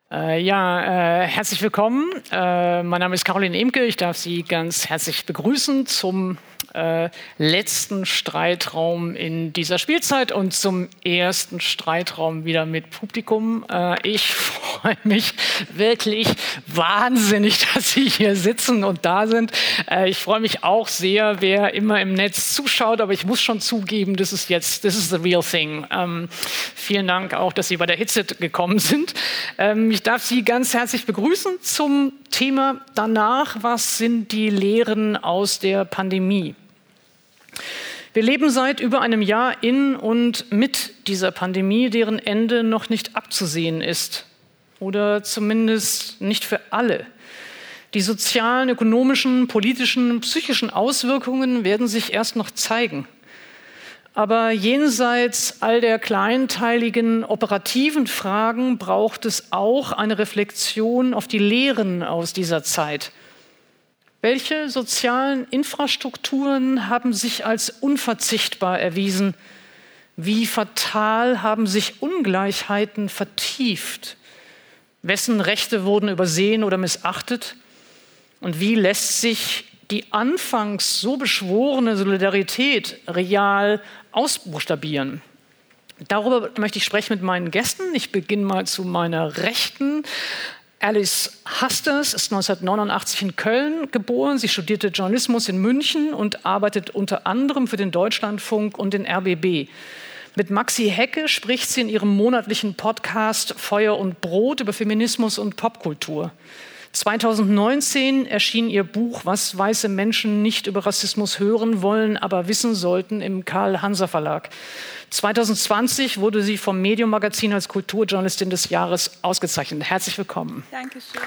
Herzlich willkommen. Mein Name ist Caroline Emke. Ich darf Sie ganz herzlich begrüßen zum letzten Streitraum in dieser Spielzeit und zum ersten Streitraum wieder mit Publikum. Ich freue mich wirklich wahnsinnig, dass Sie hier sitzen und da sind. Ich freue mich auch sehr, wer immer im Netz zuschaut, aber ich muss schon zugeben, this is the real thing. Vielen Dank auch, dass Sie bei der Hitze gekommen sind. Ich darf Sie ganz herzlich begrüßen zum Thema danach, was sind die Lehren aus der Pandemie? Wir leben seit über einem Jahr in und mit dieser Pandemie, deren Ende noch nicht abzusehen ist. Oder zumindest nicht für alle. Die sozialen, ökonomischen, politischen, psychischen Auswirkungen werden sich erst noch zeigen. Aber jenseits all der kleinteiligen operativen Fragen braucht es auch eine Reflexion auf die Lehren aus dieser Zeit. Welche sozialen Infrastrukturen haben sich als unverzichtbar erwiesen? Wie fatal haben sich Ungleichheiten vertieft? Wessen Rechte wurden übersehen oder missachtet? Und wie lässt sich die anfangs so beschworene Solidarität real ausbuchstabieren? Darüber möchte ich sprechen mit meinen Gästen. Ich beginne mal zu meiner Rechten. Alice Hasters ist 1989 in Köln geboren. Sie studierte Journalismus in München und arbeitet unter anderem für den Deutschlandfunk und den RBB. Mit Maxi Hecke spricht sie in ihrem monatlichen Podcast Feuer und Brot über Feminismus und Popkultur. 2019 erschien ihr Buch Was weiße Menschen nicht über Rassismus hören wollen, aber wissen sollten im Karl-Hanser-Verlag. 2020 wurde sie vom Medium-Magazin als Kulturjournalistin des Jahres ausgezeichnet. Herzlich willkommen. Dankeschön.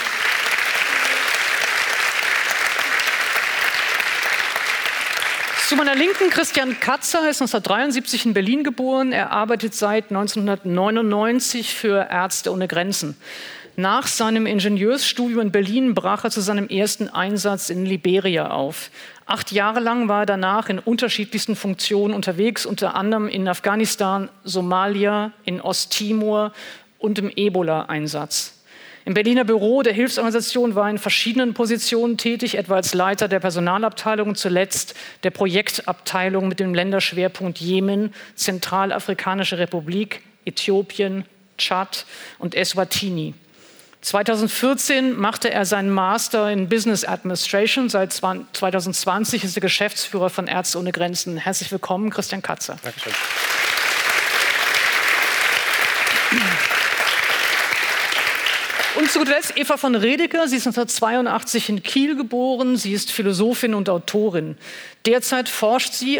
Zu meiner Linken Christian Katzer ist 1973 in Berlin geboren. Er arbeitet seit 1999 für Ärzte ohne Grenzen. Nach seinem Ingenieursstudium in Berlin brach er zu seinem ersten Einsatz in Liberia auf. 8 Jahre lang war er danach in unterschiedlichsten Funktionen unterwegs, unter anderem in Afghanistan, Somalia, in Osttimor und im Ebola-Einsatz. Im Berliner Büro der Hilfsorganisation war er in verschiedenen Positionen tätig, etwa als Leiter der Personalabteilung und zuletzt der Projektabteilung mit dem Länderschwerpunkt Jemen, Zentralafrikanische Republik, Äthiopien, Tschad und Eswatini. 2014 machte er seinen Master in Business Administration. Seit 2020 ist er Geschäftsführer von Ärzte ohne Grenzen. Herzlich willkommen, Christian Katzer. Dankeschön. Und zu guter Letzt Eva von Redeker. Sie ist 1982 in Kiel geboren. Sie ist Philosophin und Autorin. Derzeit forscht sie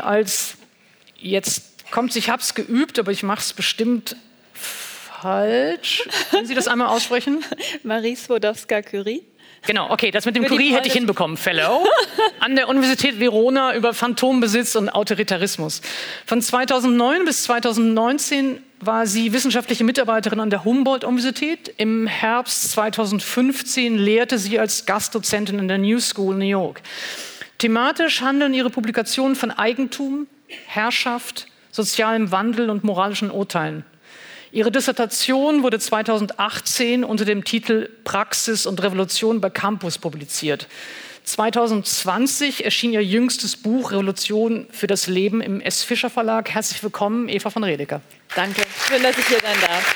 ich habe es geübt, aber ich mache es bestimmt falsch. Können Sie das einmal aussprechen? Marie Skłodowska-Curie. Genau, okay, das mit dem Curie hätte ich hinbekommen. Fellow an der Universität Verona über Phantombesitz und Autoritarismus. Von 2009 bis 2019 war sie wissenschaftliche Mitarbeiterin an der Humboldt-Universität. Im Herbst 2015 lehrte sie als Gastdozentin in der New School New York. Thematisch handeln ihre Publikationen von Eigentum, Herrschaft, sozialem Wandel und moralischen Urteilen. Ihre Dissertation wurde 2018 unter dem Titel Praxis und Revolution bei Campus publiziert. 2020 erschien ihr jüngstes Buch Revolution für das Leben im S. Fischer Verlag. Herzlich willkommen, Eva von Redeker. Danke, schön, dass ich hier sein darf.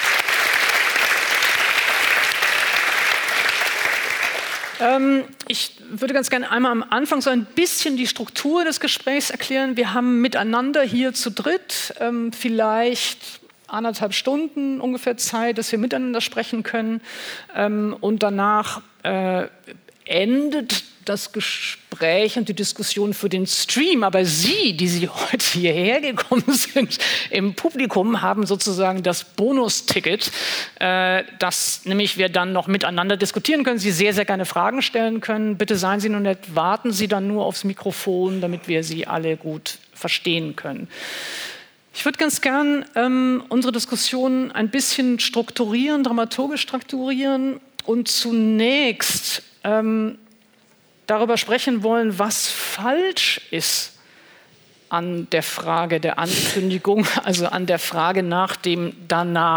Ich würde ganz gerne einmal am Anfang so ein bisschen die Struktur des Gesprächs erklären. Wir haben miteinander hier zu dritt vielleicht 1,5 Stunden ungefähr Zeit, dass wir miteinander sprechen können. Und danach endet das Gespräch und die Diskussion für den Stream. Aber Sie, die Sie heute hierher gekommen sind, im Publikum, haben sozusagen das Bonusticket, dass nämlich wir dann noch miteinander diskutieren können, Sie sehr, sehr gerne Fragen stellen können. Bitte seien Sie nur nett, warten Sie dann nur aufs Mikrofon, damit wir Sie alle gut verstehen können. Ich würde ganz gern unsere Diskussion ein bisschen strukturieren, dramaturgisch strukturieren und zunächst darüber sprechen wollen, was falsch ist an der Frage der Ankündigung, also an der Frage nach dem Danach.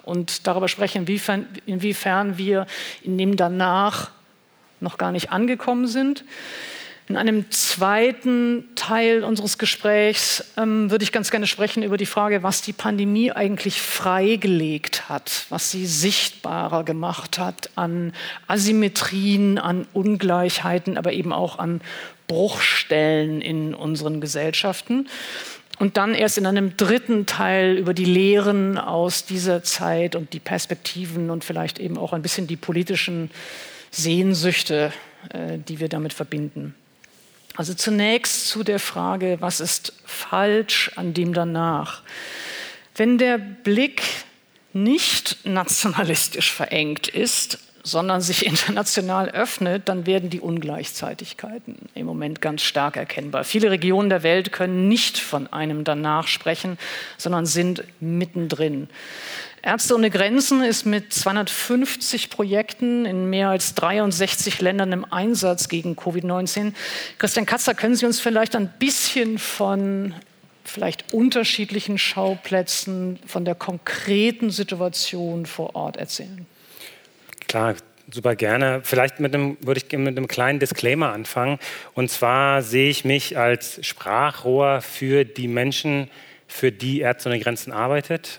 und darüber sprechen, inwiefern wir in dem Danach noch gar nicht angekommen sind. In einem zweiten Teil unseres Gesprächs würde ich ganz gerne sprechen über die Frage, was die Pandemie eigentlich freigelegt hat, was sie sichtbarer gemacht hat an Asymmetrien, an Ungleichheiten, aber eben auch an Bruchstellen in unseren Gesellschaften. Und dann erst in einem dritten Teil über die Lehren aus dieser Zeit und die Perspektiven und vielleicht eben auch ein bisschen die politischen Sehnsüchte, die wir damit verbinden. Also zunächst zu der Frage, was ist falsch an dem Danach? Wenn der Blick nicht nationalistisch verengt ist, sondern sich international öffnet, dann werden die Ungleichzeitigkeiten im Moment ganz stark erkennbar. Viele Regionen der Welt können nicht von einem Danach sprechen, sondern sind mittendrin. Ärzte ohne Grenzen ist mit 250 Projekten in mehr als 63 Ländern im Einsatz gegen Covid-19. Christian Katzer, können Sie uns vielleicht ein bisschen von vielleicht unterschiedlichen Schauplätzen, von der konkreten Situation vor Ort erzählen? Klar, super gerne. Vielleicht würde ich mit einem kleinen Disclaimer anfangen. Und zwar sehe ich mich als Sprachrohr für die Menschen, für die Ärzte ohne Grenzen arbeitet.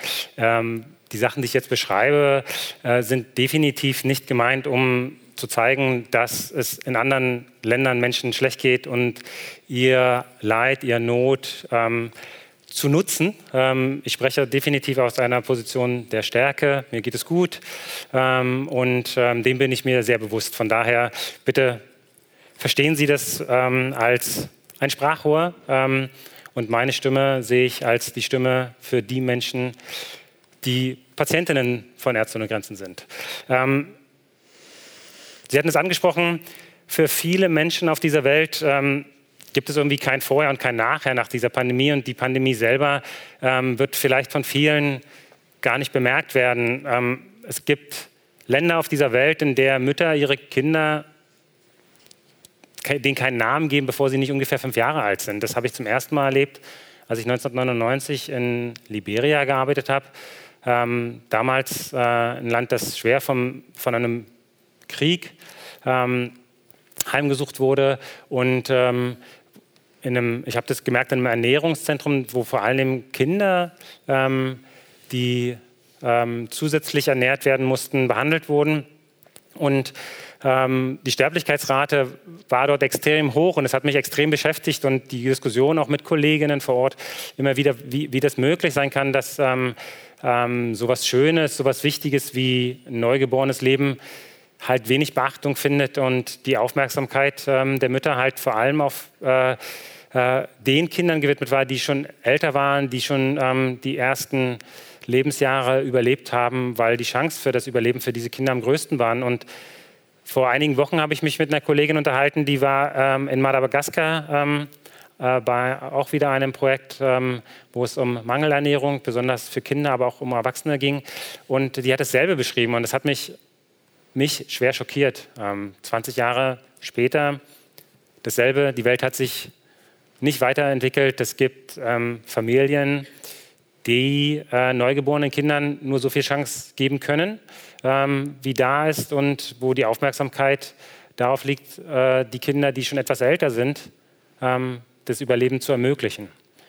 Die Sachen, die ich jetzt beschreibe, sind definitiv nicht gemeint, um zu zeigen, dass es in anderen Ländern Menschen schlecht geht und ihr Leid, ihr Not zu nutzen. Ich spreche definitiv aus einer Position der Stärke. Mir geht es gut und dem bin ich mir sehr bewusst. Von daher bitte verstehen Sie das als ein Sprachrohr. Und meine Stimme sehe ich als die Stimme für die Menschen, die Patientinnen von Ärzte ohne Grenzen sind. Sie hatten es angesprochen, für viele Menschen auf dieser Welt gibt es irgendwie kein Vorher und kein Nachher nach dieser Pandemie. Und die Pandemie selber wird vielleicht von vielen gar nicht bemerkt werden. Es gibt Länder auf dieser Welt, in der Mütter ihre Kinder denen keinen Namen geben, bevor sie nicht ungefähr 5 Jahre alt sind. Das habe ich zum ersten Mal erlebt, als ich 1999 in Liberia gearbeitet habe. Damals ein Land, das schwer von einem Krieg heimgesucht wurde. Und ich habe das gemerkt in einem Ernährungszentrum, wo vor allem Kinder, die zusätzlich ernährt werden mussten, behandelt wurden. Und die Sterblichkeitsrate war dort extrem hoch und es hat mich extrem beschäftigt und die Diskussion auch mit Kolleginnen vor Ort immer wieder, wie das möglich sein kann, dass sowas Schönes, sowas Wichtiges wie ein neugeborenes Leben halt wenig Beachtung findet und die Aufmerksamkeit der Mütter halt vor allem auf den Kindern gewidmet war, die schon älter waren, die schon die ersten Lebensjahre überlebt haben, weil die Chance für das Überleben für diese Kinder am größten waren. Und vor einigen Wochen habe ich mich mit einer Kollegin unterhalten, die war in Madagaskar bei auch wieder einem Projekt, wo es um Mangelernährung, besonders für Kinder, aber auch um Erwachsene ging. Und die hat dasselbe beschrieben und das hat mich schwer schockiert. 20 Jahre später dasselbe, die Welt hat sich nicht weiterentwickelt. Es gibt Familien, die neugeborenen Kindern nur so viel Chance geben können, wie da ist und wo die Aufmerksamkeit darauf liegt, die Kinder, die schon etwas älter sind, das Überleben zu ermöglichen.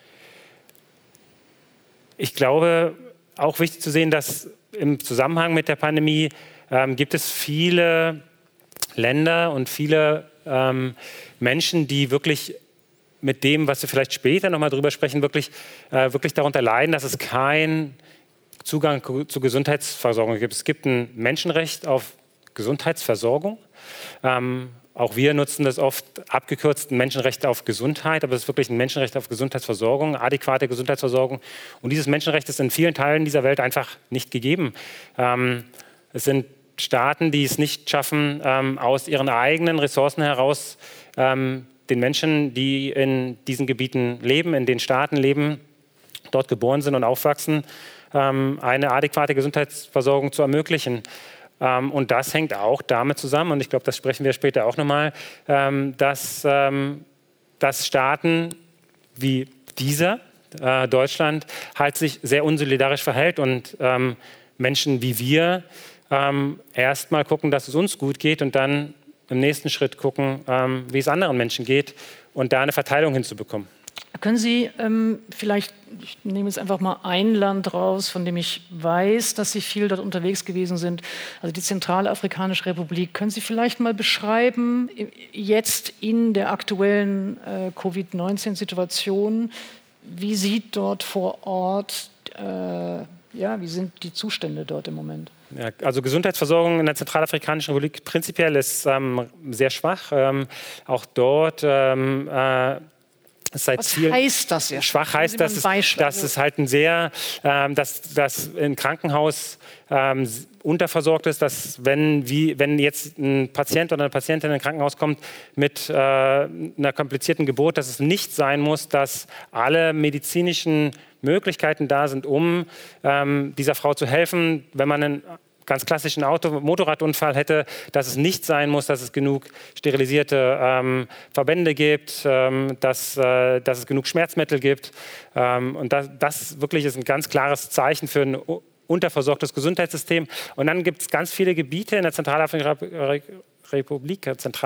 Ich glaube, auch wichtig zu sehen, dass im Zusammenhang mit der Pandemie gibt es viele Länder und viele Menschen, die wirklich mit dem, was wir vielleicht später nochmal drüber sprechen, wirklich darunter leiden, dass es keinen Zugang zu Gesundheitsversorgung gibt. Es gibt ein Menschenrecht auf Gesundheitsversorgung. Auch wir nutzen das oft abgekürzt, ein Menschenrecht auf Gesundheit, aber es ist wirklich ein Menschenrecht auf Gesundheitsversorgung, adäquate Gesundheitsversorgung. Und dieses Menschenrecht ist in vielen Teilen dieser Welt einfach nicht gegeben. Es sind Staaten, die es nicht schaffen, aus ihren eigenen Ressourcen heraus den Menschen, die in diesen Gebieten leben, in den Staaten leben, dort geboren sind und aufwachsen, eine adäquate Gesundheitsversorgung zu ermöglichen. Und das hängt auch damit zusammen, und ich glaube, das sprechen wir später auch nochmal, dass Staaten wie dieser, Deutschland, halt sich sehr unsolidarisch verhält und Menschen wie wir erstmal gucken, dass es uns gut geht und dann im nächsten Schritt gucken, wie es anderen Menschen geht und da eine Verteilung hinzubekommen. Können Sie vielleicht, ich nehme jetzt einfach mal ein Land raus, von dem ich weiß, dass Sie viel dort unterwegs gewesen sind, also die Zentralafrikanische Republik. Können Sie vielleicht mal beschreiben, jetzt in der aktuellen Covid-19-Situation, wie sieht dort vor Ort, wie sind die Zustände dort im Moment? Ja, also Gesundheitsversorgung in der Zentralafrikanischen Republik prinzipiell ist sehr schwach. Auch dort was heißt das jetzt? Schwach heißt, dass es halt ein sehr, dass ein Krankenhaus unterversorgt ist, dass wenn jetzt ein Patient oder eine Patientin in ein Krankenhaus kommt mit einer komplizierten Geburt, dass es nicht sein muss, dass alle medizinischen Möglichkeiten da sind, um dieser Frau zu helfen, wenn man einen ganz klassischen Motorradunfall hätte, dass es nicht sein muss, dass es genug sterilisierte Verbände gibt, dass es genug Schmerzmittel gibt. Und das wirklich ist ein ganz klares Zeichen für ein unterversorgtes Gesundheitssystem. Und dann gibt es ganz viele Gebiete in der Zentralafrikanischen Republik,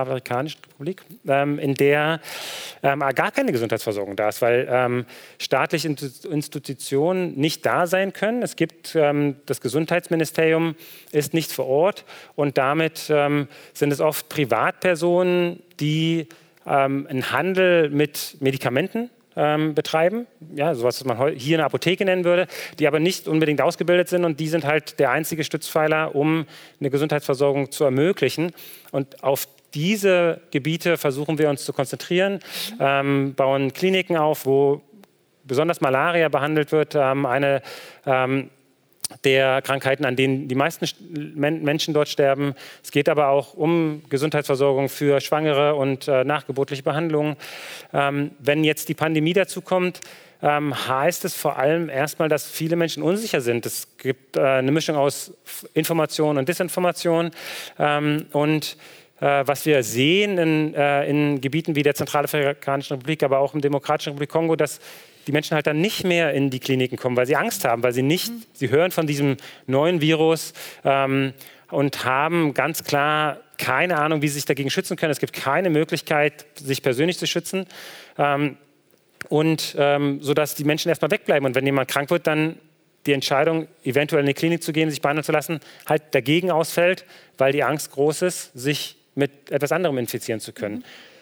in der gar keine Gesundheitsversorgung da ist, weil staatliche Institutionen nicht da sein können. Es gibt das Gesundheitsministerium ist nicht vor Ort und damit sind es oft Privatpersonen, die einen Handel mit Medikamenten betreiben, ja, sowas, was man hier eine Apotheke nennen würde, die aber nicht unbedingt ausgebildet sind und die sind halt der einzige Stützpfeiler, um eine Gesundheitsversorgung zu ermöglichen. Und auf diese Gebiete versuchen wir uns zu konzentrieren, bauen Kliniken auf, wo besonders Malaria behandelt wird, eine der Krankheiten, an denen die meisten Menschen dort sterben. Es geht aber auch um Gesundheitsversorgung für Schwangere und nachgeburtliche Behandlungen. Wenn jetzt die Pandemie dazu kommt, heißt es vor allem erstmal, dass viele Menschen unsicher sind. Es gibt eine Mischung aus Information und Desinformation. Was wir sehen in Gebieten wie der Zentralafrikanischen Republik, aber auch im Demokratischen Republik Kongo, dass die Menschen halt dann nicht mehr in die Kliniken kommen, weil sie Angst haben, weil sie hören von diesem neuen Virus und haben ganz klar keine Ahnung, wie sie sich dagegen schützen können. Es gibt keine Möglichkeit, sich persönlich zu schützen. Sodass die Menschen erstmal wegbleiben. Und wenn jemand krank wird, dann die Entscheidung, eventuell in die Klinik zu gehen, sich behandeln zu lassen, halt dagegen ausfällt, weil die Angst groß ist, sich mit etwas anderem infizieren zu können.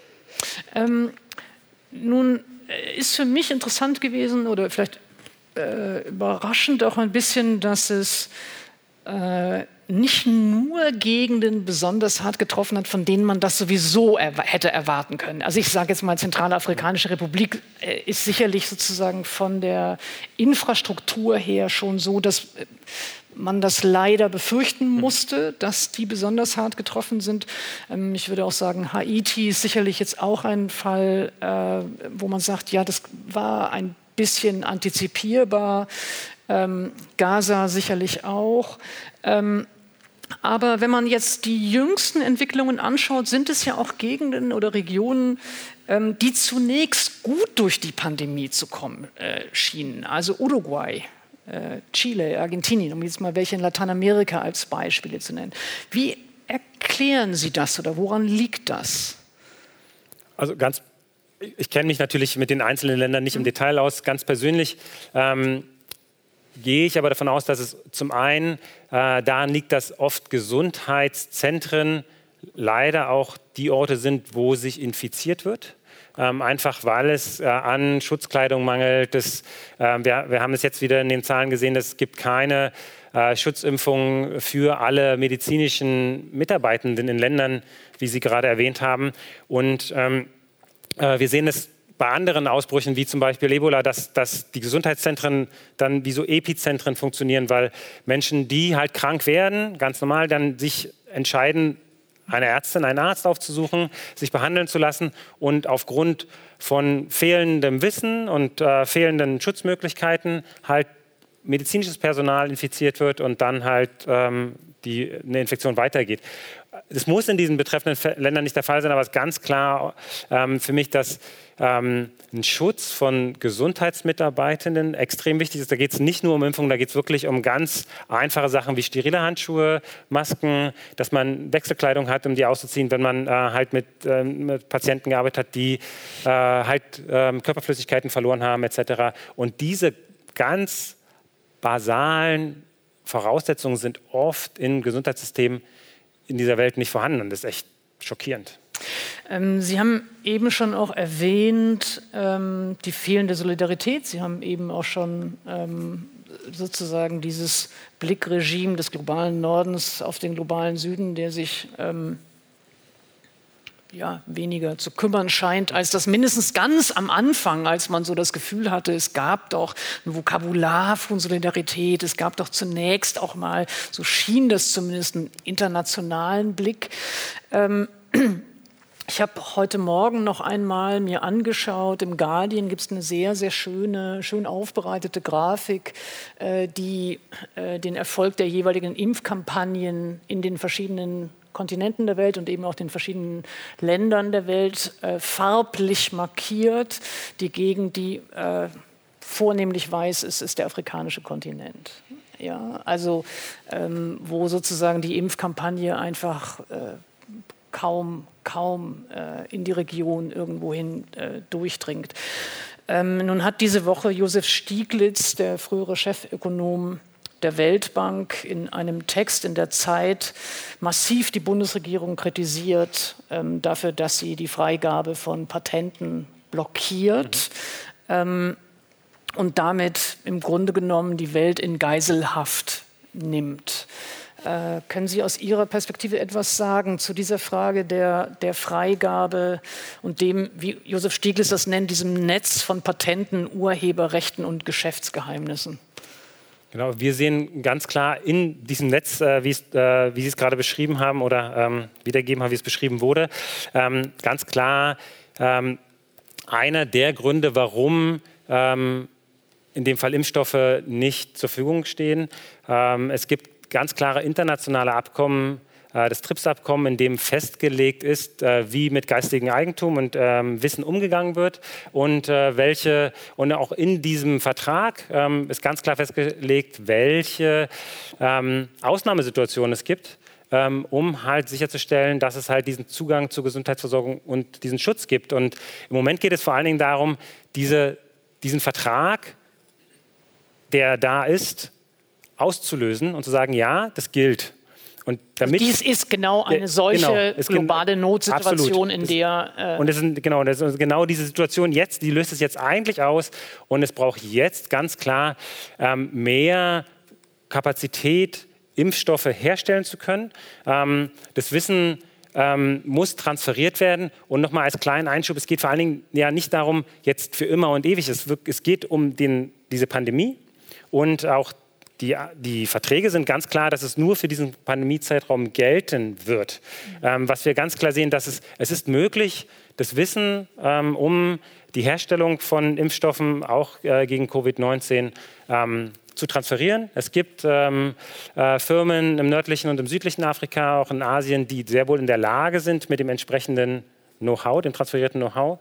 Nun ist für mich interessant gewesen oder vielleicht überraschend auch ein bisschen, dass es nicht nur Gegenden besonders hart getroffen hat, von denen man das sowieso hätte erwarten können. Also ich sage jetzt mal, Zentralafrikanische Republik ist sicherlich sozusagen von der Infrastruktur her schon so, dass man das leider befürchten musste, dass die besonders hart getroffen sind. Ich würde auch sagen, Haiti ist sicherlich jetzt auch ein Fall, wo man sagt, ja, das war ein bisschen antizipierbar. Gaza sicherlich auch. Aber wenn man jetzt die jüngsten Entwicklungen anschaut, sind es ja auch Gegenden oder Regionen, die zunächst gut durch die Pandemie zu kommen schienen. Also Uruguay, Chile, Argentinien, um jetzt mal welche in Lateinamerika als Beispiele zu nennen. Wie erklären Sie das oder woran liegt das? Also ich kenne mich natürlich mit den einzelnen Ländern nicht im Detail aus. Ganz persönlich gehe ich aber davon aus, dass es zum einen daran liegt, dass oft Gesundheitszentren leider auch die Orte sind, wo sich infiziert wird. Einfach weil es an Schutzkleidung mangelt. Wir haben es jetzt wieder in den Zahlen gesehen, es gibt keine Schutzimpfungen für alle medizinischen Mitarbeitenden in Ländern, wie Sie gerade erwähnt haben. Und wir sehen es bei anderen Ausbrüchen, wie zum Beispiel Ebola, dass die Gesundheitszentren dann wie so Epizentren funktionieren, weil Menschen, die halt krank werden, ganz normal dann sich entscheiden, eine Ärztin, einen Arzt aufzusuchen, sich behandeln zu lassen und aufgrund von fehlendem Wissen und fehlenden Schutzmöglichkeiten halt medizinisches Personal infiziert wird und dann halt eine Infektion weitergeht. Das muss in diesen betreffenden Ländern nicht der Fall sein, aber es ist ganz klar für mich, dass ein Schutz von Gesundheitsmitarbeitenden extrem wichtig ist. Da geht es nicht nur um Impfungen, da geht es wirklich um ganz einfache Sachen wie sterile Handschuhe, Masken, dass man Wechselkleidung hat, um die auszuziehen, wenn man halt mit Patienten gearbeitet hat, die Körperflüssigkeiten verloren haben etc. Und diese ganz basalen Voraussetzungen sind oft in Gesundheitssystemen in dieser Welt nicht vorhanden. Und das ist echt schockierend. Sie haben eben schon auch erwähnt, die fehlende Solidarität. Sie haben eben auch schon sozusagen dieses Blickregime des globalen Nordens auf den globalen Süden, der sich weniger zu kümmern scheint, als das mindestens ganz am Anfang, als man so das Gefühl hatte, es gab doch ein Vokabular von Solidarität, es gab doch zunächst auch mal, so schien das zumindest, einen internationalen Blick. Ich habe heute Morgen noch einmal mir angeschaut, im Guardian gibt es eine sehr, sehr schön aufbereitete Grafik, die den Erfolg der jeweiligen Impfkampagnen in den verschiedenen Kontinenten der Welt und eben auch den verschiedenen Ländern der Welt farblich markiert. Die Gegend, die vornehmlich weiß ist, ist der afrikanische Kontinent. Ja, also wo sozusagen die Impfkampagne einfach kaum in die Region irgendwohin durchdringt. Nun hat diese Woche Josef Stieglitz, der frühere Chefökonom der Weltbank, in einem Text in der Zeit massiv die Bundesregierung kritisiert dafür, dass sie die Freigabe von Patenten blockiert und damit im Grunde genommen die Welt in Geiselhaft nimmt. Können Sie aus Ihrer Perspektive etwas sagen zu dieser Frage der Freigabe und dem, wie Josef Stieglitz das nennt, diesem Netz von Patenten, Urheberrechten und Geschäftsgeheimnissen? Genau, wir sehen ganz klar in diesem Netz, wie Sie es gerade beschrieben haben oder wiedergeben haben, wie es beschrieben wurde, ganz klar einer der Gründe, warum in dem Fall Impfstoffe nicht zur Verfügung stehen. Es gibt ganz klare internationale Abkommen, das TRIPS-Abkommen, in dem festgelegt ist, wie mit geistigem Eigentum und Wissen umgegangen wird und und auch in diesem Vertrag ist ganz klar festgelegt, welche Ausnahmesituationen es gibt, um halt sicherzustellen, dass es halt diesen Zugang zur Gesundheitsversorgung und diesen Schutz gibt. Und im Moment geht es vor allen Dingen darum, diesen Vertrag, der da ist, auszulösen und zu sagen, ja, das gilt. Und damit dies ist genau eine solche globale Notsituation, absolut. In der... Und das ist genau diese Situation jetzt, die löst es jetzt eigentlich aus. Und es braucht jetzt ganz klar mehr Kapazität, Impfstoffe herstellen zu können. Das Wissen muss transferiert werden. Und nochmal als kleinen Einschub, es geht vor allen Dingen ja nicht darum, jetzt für immer und ewig. Es geht um diese Pandemie und auch die Verträge sind ganz klar, dass es nur für diesen Pandemiezeitraum gelten wird. Was wir ganz klar sehen, dass es ist möglich, das Wissen um die Herstellung von Impfstoffen auch gegen Covid-19 zu transferieren. Es gibt Firmen im nördlichen und im südlichen Afrika, auch in Asien, die sehr wohl in der Lage sind, mit dem entsprechenden Know-how, dem transferierten Know-how,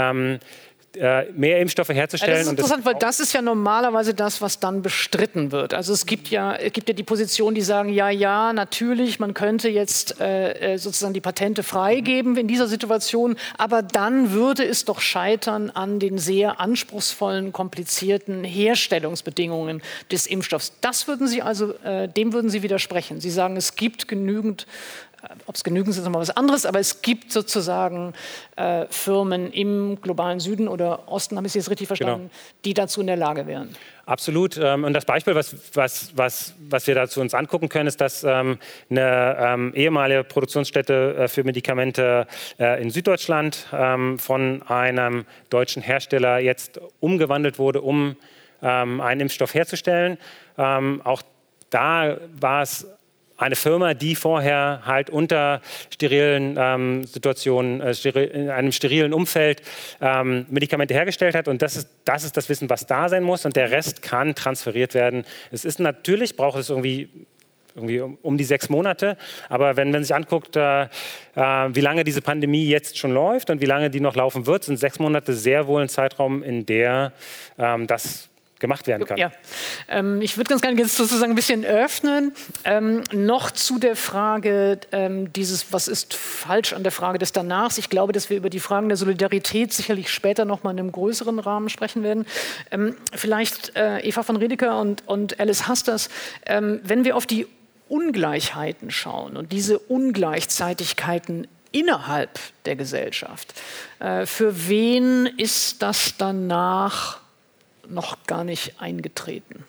mehr Impfstoffe herzustellen. Das ist interessant, weil das ist ja normalerweise das, was dann bestritten wird. Also es gibt ja die Position, die sagen, ja, natürlich, man könnte jetzt sozusagen die Patente freigeben in dieser Situation, aber dann würde es doch scheitern an den sehr anspruchsvollen, komplizierten Herstellungsbedingungen des Impfstoffs. Dem würden Sie widersprechen. Sie sagen, es gibt genügend. Ob es genügend ist, ist nochmal was anderes, aber es gibt sozusagen Firmen im globalen Süden oder Osten, habe ich Sie jetzt richtig verstanden, die dazu in der Lage wären. Absolut. Und das Beispiel, was wir dazu uns angucken können, ist, dass eine ehemalige Produktionsstätte für Medikamente in Süddeutschland von einem deutschen Hersteller jetzt umgewandelt wurde, um einen Impfstoff herzustellen. Auch da war es eine Firma, die vorher halt unter sterilen Situationen, in einem sterilen Umfeld Medikamente hergestellt hat. Und das ist das Wissen, was da sein muss. Und der Rest kann transferiert werden. Es ist natürlich, braucht es irgendwie um die 6 Monate. Aber wenn man sich anguckt, wie lange diese Pandemie jetzt schon läuft und wie lange die noch laufen wird, sind 6 Monate sehr wohl ein Zeitraum, in der das gemacht werden kann. Ja. Ich würde ganz gerne jetzt sozusagen ein bisschen öffnen. Noch zu der Frage was ist falsch an der Frage des Danachs. Ich glaube, dass wir über die Fragen der Solidarität sicherlich später noch mal in einem größeren Rahmen sprechen werden. Vielleicht Eva von Redeker und Alice Hasters, wenn wir auf die Ungleichheiten schauen und diese Ungleichzeitigkeiten innerhalb der Gesellschaft, für wen ist das danach noch gar nicht eingetreten?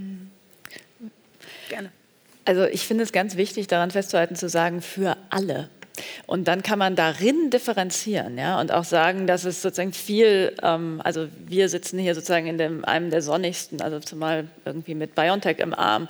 Gerne. Also ich finde es ganz wichtig, daran festzuhalten, zu sagen, für alle. Und dann kann man darin differenzieren, ja, und auch sagen, dass es sozusagen viel, also wir sitzen hier sozusagen in einem der sonnigsten, also zumal irgendwie mit BioNTech im Arm,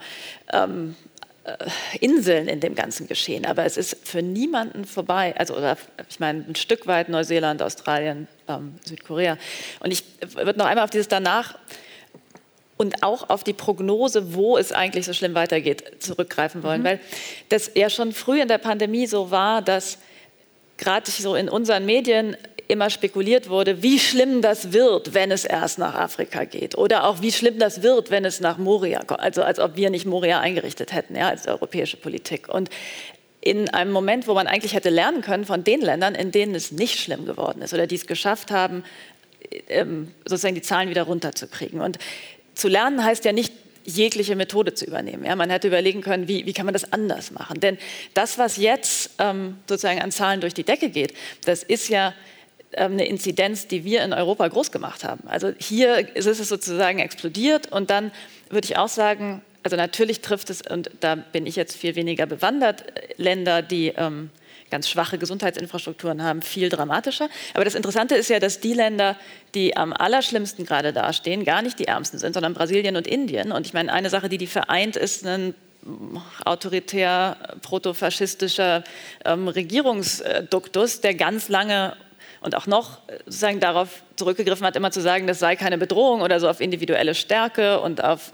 Inseln in dem ganzen Geschehen. Aber es ist für niemanden vorbei, ich meine ein Stück weit Neuseeland, Australien, Südkorea. Und ich würde noch einmal auf dieses Danach und auch auf die Prognose, wo es eigentlich so schlimm weitergeht, zurückgreifen wollen. Weil das ja schon früh in der Pandemie so war, dass gerade so in unseren Medien immer spekuliert wurde, wie schlimm das wird, wenn es erst nach Afrika geht. Oder auch, wie schlimm das wird, wenn es nach Moria kommt. Also als ob wir nicht Moria eingerichtet hätten, ja, als europäische Politik. Und in einem Moment, wo man eigentlich hätte lernen können von den Ländern, in denen es nicht schlimm geworden ist oder die es geschafft haben, sozusagen die Zahlen wieder runterzukriegen. Und zu lernen heißt ja nicht, jegliche Methode zu übernehmen. Ja, man hätte überlegen können, wie kann man das anders machen. Denn das, was jetzt sozusagen an Zahlen durch die Decke geht, das ist ja eine Inzidenz, die wir in Europa groß gemacht haben. Also hier ist es sozusagen explodiert und dann würde ich auch sagen, also natürlich trifft es, und da bin ich jetzt viel weniger bewandert, Länder, die ganz schwache Gesundheitsinfrastrukturen haben, viel dramatischer. Aber das Interessante ist ja, dass die Länder, die am allerschlimmsten gerade dastehen, gar nicht die ärmsten sind, sondern Brasilien und Indien. Und ich meine, eine Sache, die vereint, ist ein autoritär, protofaschistischer Regierungsduktus, der ganz lange und auch noch sozusagen darauf zurückgegriffen hat, immer zu sagen, das sei keine Bedrohung oder so auf individuelle Stärke und auf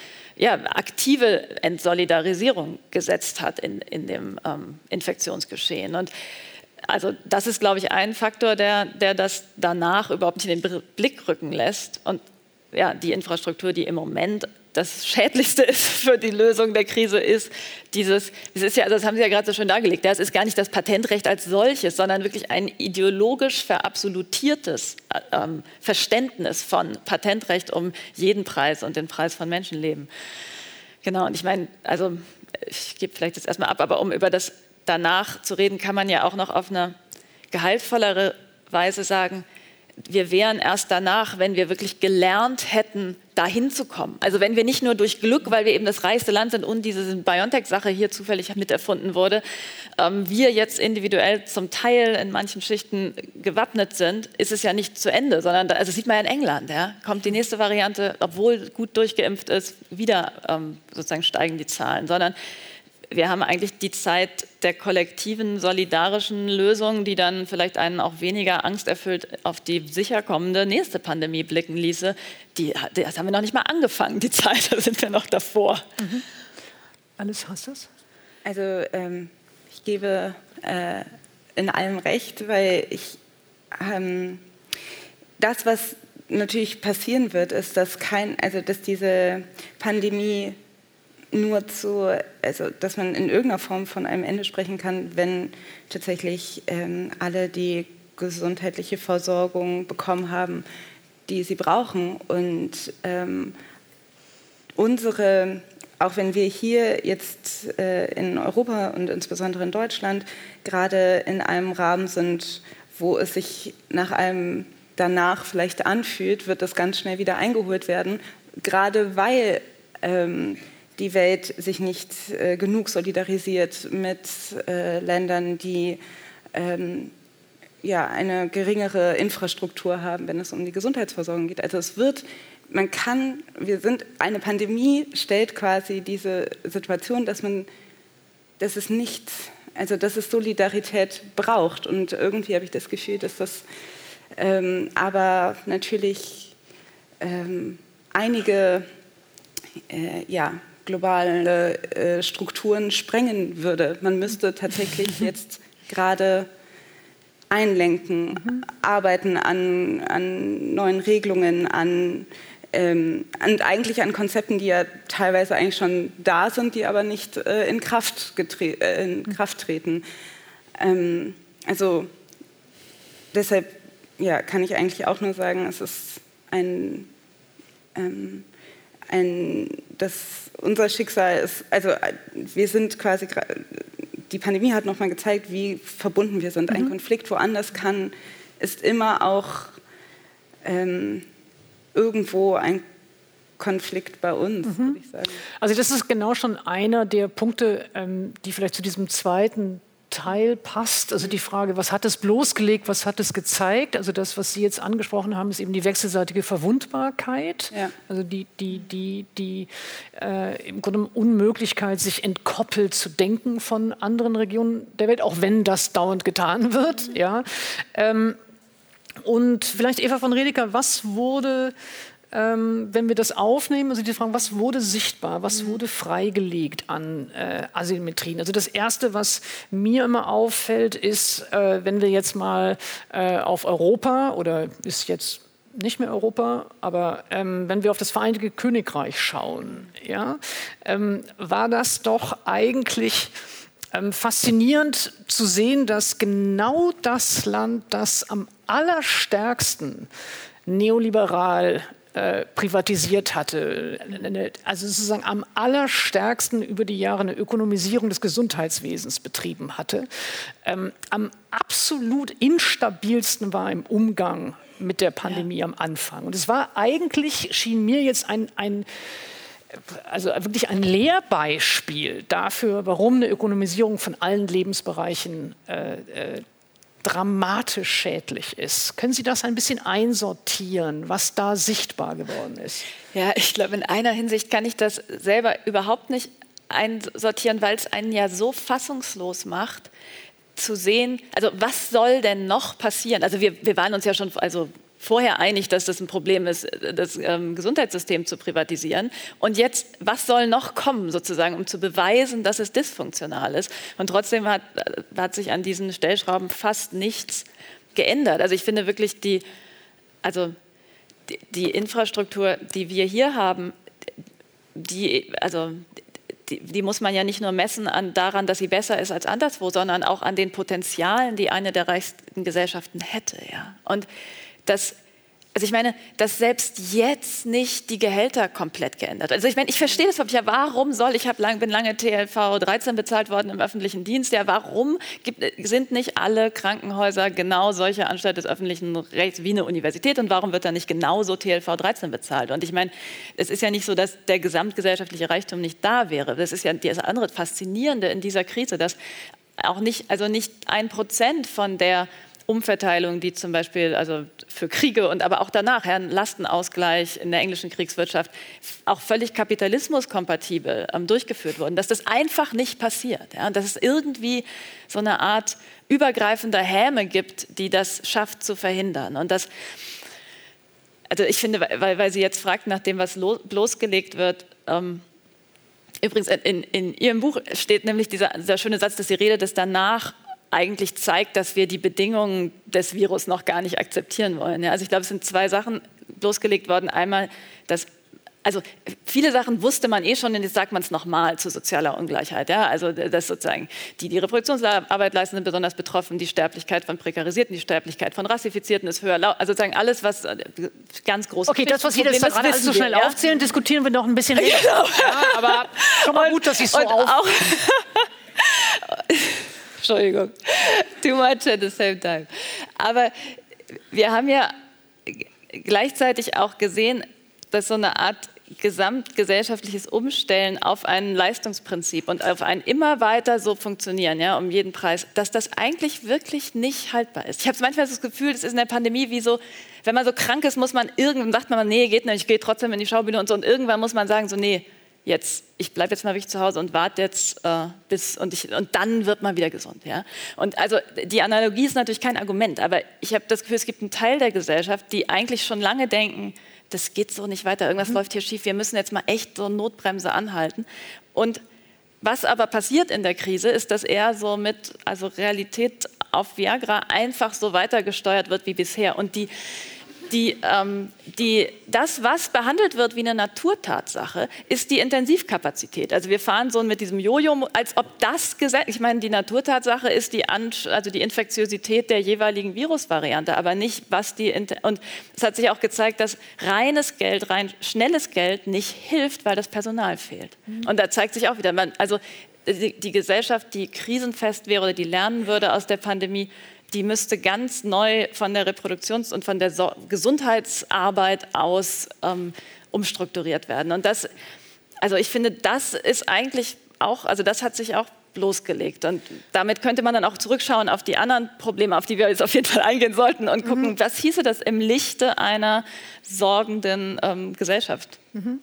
aktive Entsolidarisierung gesetzt hat in dem Infektionsgeschehen. Und also das ist, glaube ich, ein Faktor, der das danach überhaupt nicht in den Blick rücken lässt. Und ja, die Infrastruktur, die im Moment das Schädlichste ist für die Lösung der Krise, ist das haben Sie ja gerade so schön dargelegt, das ist gar nicht das Patentrecht als solches, sondern wirklich ein ideologisch verabsolutiertes Verständnis von Patentrecht um jeden Preis und den Preis von Menschenleben. Genau, und ich meine, also ich gebe vielleicht jetzt erstmal ab, aber um über das danach zu reden, kann man ja auch noch auf eine gehaltvollere Weise sagen, wir wären erst danach, wenn wir wirklich gelernt hätten, dahin zu kommen. Also wenn wir nicht nur durch Glück, weil wir eben das reichste Land sind und diese BioNTech-Sache hier zufällig miterfunden wurde, wir jetzt individuell zum Teil in manchen Schichten gewappnet sind, ist es ja nicht zu Ende, sondern das sieht man ja in England, ja, kommt die nächste Variante, obwohl gut durchgeimpft ist, wieder sozusagen steigen die Zahlen, sondern wir haben eigentlich die Zeit der kollektiven, solidarischen Lösungen, die dann vielleicht einen auch weniger angsterfüllt auf die sicher kommende nächste Pandemie blicken ließe. Das haben wir noch nicht mal angefangen, die Zeit, da sind wir noch davor. Alice Hasters? Also ich gebe in allem recht, weil das, was natürlich passieren wird, ist, dass diese Pandemie dass man in irgendeiner Form von einem Ende sprechen kann, wenn tatsächlich alle die gesundheitliche Versorgung bekommen haben, die sie brauchen. Und auch wenn wir hier jetzt in Europa und insbesondere in Deutschland gerade in einem Rahmen sind, wo es sich nach einem danach vielleicht anfühlt, wird das ganz schnell wieder eingeholt werden, gerade weil die Welt sich nicht genug solidarisiert mit Ländern, die eine geringere Infrastruktur haben, wenn es um die Gesundheitsversorgung geht. Also eine Pandemie stellt quasi diese Situation, dass man dass es nicht, also dass es Solidarität braucht. Und irgendwie habe ich das Gefühl, dass das aber natürlich einige globale Strukturen sprengen würde. Man müsste tatsächlich jetzt gerade einlenken, arbeiten an neuen Regelungen, und eigentlich an Konzepten, die ja teilweise eigentlich schon da sind, die aber nicht in Kraft treten. Also deshalb kann ich eigentlich auch nur sagen, es ist dass unser Schicksal ist, also wir sind quasi, die Pandemie hat nochmal gezeigt, wie verbunden wir sind. Ein Konflikt woanders ist immer auch irgendwo ein Konflikt bei uns, würde ich sagen. Also das ist genau schon einer der Punkte, die vielleicht zu diesem zweiten Teil passt. Also die Frage, was hat es bloßgelegt, was hat es gezeigt? Also das, was Sie jetzt angesprochen haben, ist eben die wechselseitige Verwundbarkeit. Ja. Also die im Grunde Unmöglichkeit, sich entkoppelt zu denken von anderen Regionen der Welt, auch wenn das dauernd getan wird. Ja. Und vielleicht Eva von Redeker, was wurde, wenn wir das aufnehmen, also die Frage, was wurde sichtbar, was wurde freigelegt an Asymmetrien? Also das Erste, was mir immer auffällt, ist, wenn wir jetzt mal auf Europa, oder ist jetzt nicht mehr Europa, aber wenn wir auf das Vereinigte Königreich schauen, ja, war das doch eigentlich faszinierend zu sehen, dass genau das Land, das am allerstärksten neoliberal privatisiert hatte, also sozusagen am allerstärksten über die Jahre eine Ökonomisierung des Gesundheitswesens betrieben hatte, am absolut instabilsten war im Umgang mit der Pandemie am Anfang. Und es war eigentlich, schien mir jetzt also wirklich ein Lehrbeispiel dafür, warum eine Ökonomisierung von allen Lebensbereichen dramatisch schädlich ist. Können Sie das ein bisschen einsortieren, was da sichtbar geworden ist? Ja, ich glaube, in einer Hinsicht kann ich das selber überhaupt nicht einsortieren, weil es einen ja so fassungslos macht, zu sehen, also was soll denn noch passieren? Also wir waren uns ja schon vorher einig, dass das ein Problem ist, das Gesundheitssystem zu privatisieren. Und jetzt, was soll noch kommen, sozusagen, um zu beweisen, dass es dysfunktional ist? Und trotzdem hat sich an diesen Stellschrauben fast nichts geändert. Also ich finde wirklich, die Infrastruktur, die wir hier haben, die muss man ja nicht nur messen daran, dass sie besser ist als anderswo, sondern auch an den Potenzialen, die eine der reichsten Gesellschaften hätte. Ja. Und ich meine, dass selbst jetzt nicht die Gehälter komplett geändert. Also ich meine, ich verstehe das überhaupt nicht. Ja, warum bin lange TLV 13 bezahlt worden im öffentlichen Dienst. Ja, warum sind nicht alle Krankenhäuser genau solche Anstalt des öffentlichen Rechts wie eine Universität und warum wird da nicht genauso TLV 13 bezahlt? Und ich meine, es ist ja nicht so, dass der gesamtgesellschaftliche Reichtum nicht da wäre. Das ist ja das andere Faszinierende in dieser Krise, dass auch nicht 1% von der Umverteilung, die zum Beispiel für Kriege und aber auch danach, ein Lastenausgleich in der englischen Kriegswirtschaft, auch völlig kapitalismuskompatibel durchgeführt wurden, dass das einfach nicht passiert. Ja, und dass es irgendwie so eine Art übergreifender Häme gibt, die das schafft zu verhindern. Und das, also ich finde, weil Sie jetzt fragt nach dem, was bloßgelegt wird, übrigens in Ihrem Buch steht nämlich dieser schöne Satz, dass die Rede des Danach eigentlich zeigt, dass wir die Bedingungen des Virus noch gar nicht akzeptieren wollen. Ja, also ich glaube, es sind zwei Sachen bloßgelegt worden. Einmal, viele Sachen wusste man schon, und jetzt sagt man es nochmal zu sozialer Ungleichheit. Ja? Also dass sozusagen die Reproduktionsarbeit leisten, sind besonders betroffen, die Sterblichkeit von Prekarisierten, die Sterblichkeit von Rassifizierten ist höher. Also sozusagen alles, was ganz groß ist. Okay, das, was Sie jetzt gerade alles so schnell aufzählen, diskutieren wir noch ein bisschen länger. Genau. Ja, aber schon mal gut, dass Sie es so Entschuldigung, too much at the same time. Aber wir haben ja gleichzeitig auch gesehen, dass so eine Art gesamtgesellschaftliches Umstellen auf ein Leistungsprinzip und auf ein immer weiter so funktionieren, ja, um jeden Preis, dass das eigentlich wirklich nicht haltbar ist. Ich habe manchmal das Gefühl, es ist in der Pandemie wie so, wenn man so krank ist, muss man sagt man, nee, geht nicht, ich gehe trotzdem in die Schaubühne und so, und irgendwann muss man sagen, so, nee, ich bleibe jetzt mal wirklich zu Hause und warte jetzt und dann wird man wieder gesund. Ja? Und also die Analogie ist natürlich kein Argument, aber ich habe das Gefühl, es gibt einen Teil der Gesellschaft, die eigentlich schon lange denken, das geht so nicht weiter, irgendwas läuft hier schief, wir müssen jetzt mal echt so Notbremse anhalten. Und was aber passiert in der Krise, ist, dass eher so also Realität auf Viagra einfach so weitergesteuert wird wie bisher. Und das, was behandelt wird wie eine Naturtatsache, ist die Intensivkapazität. Also wir fahren so mit diesem Jojo, als ob das Gesetz, ich meine, die Naturtatsache ist die Infektiosität der jeweiligen Virusvariante, aber nicht, und es hat sich auch gezeigt, dass rein schnelles Geld nicht hilft, weil das Personal fehlt. Und da zeigt sich auch wieder, die Gesellschaft, die krisenfest wäre oder die lernen würde aus der Pandemie, die müsste ganz neu von der Reproduktions- und von der Gesundheitsarbeit aus umstrukturiert werden. Und ich finde, das ist eigentlich auch, also das hat sich auch bloßgelegt. Und damit könnte man dann auch zurückschauen auf die anderen Probleme, auf die wir jetzt auf jeden Fall eingehen sollten und gucken, was hieße das im Lichte einer sorgenden Gesellschaft?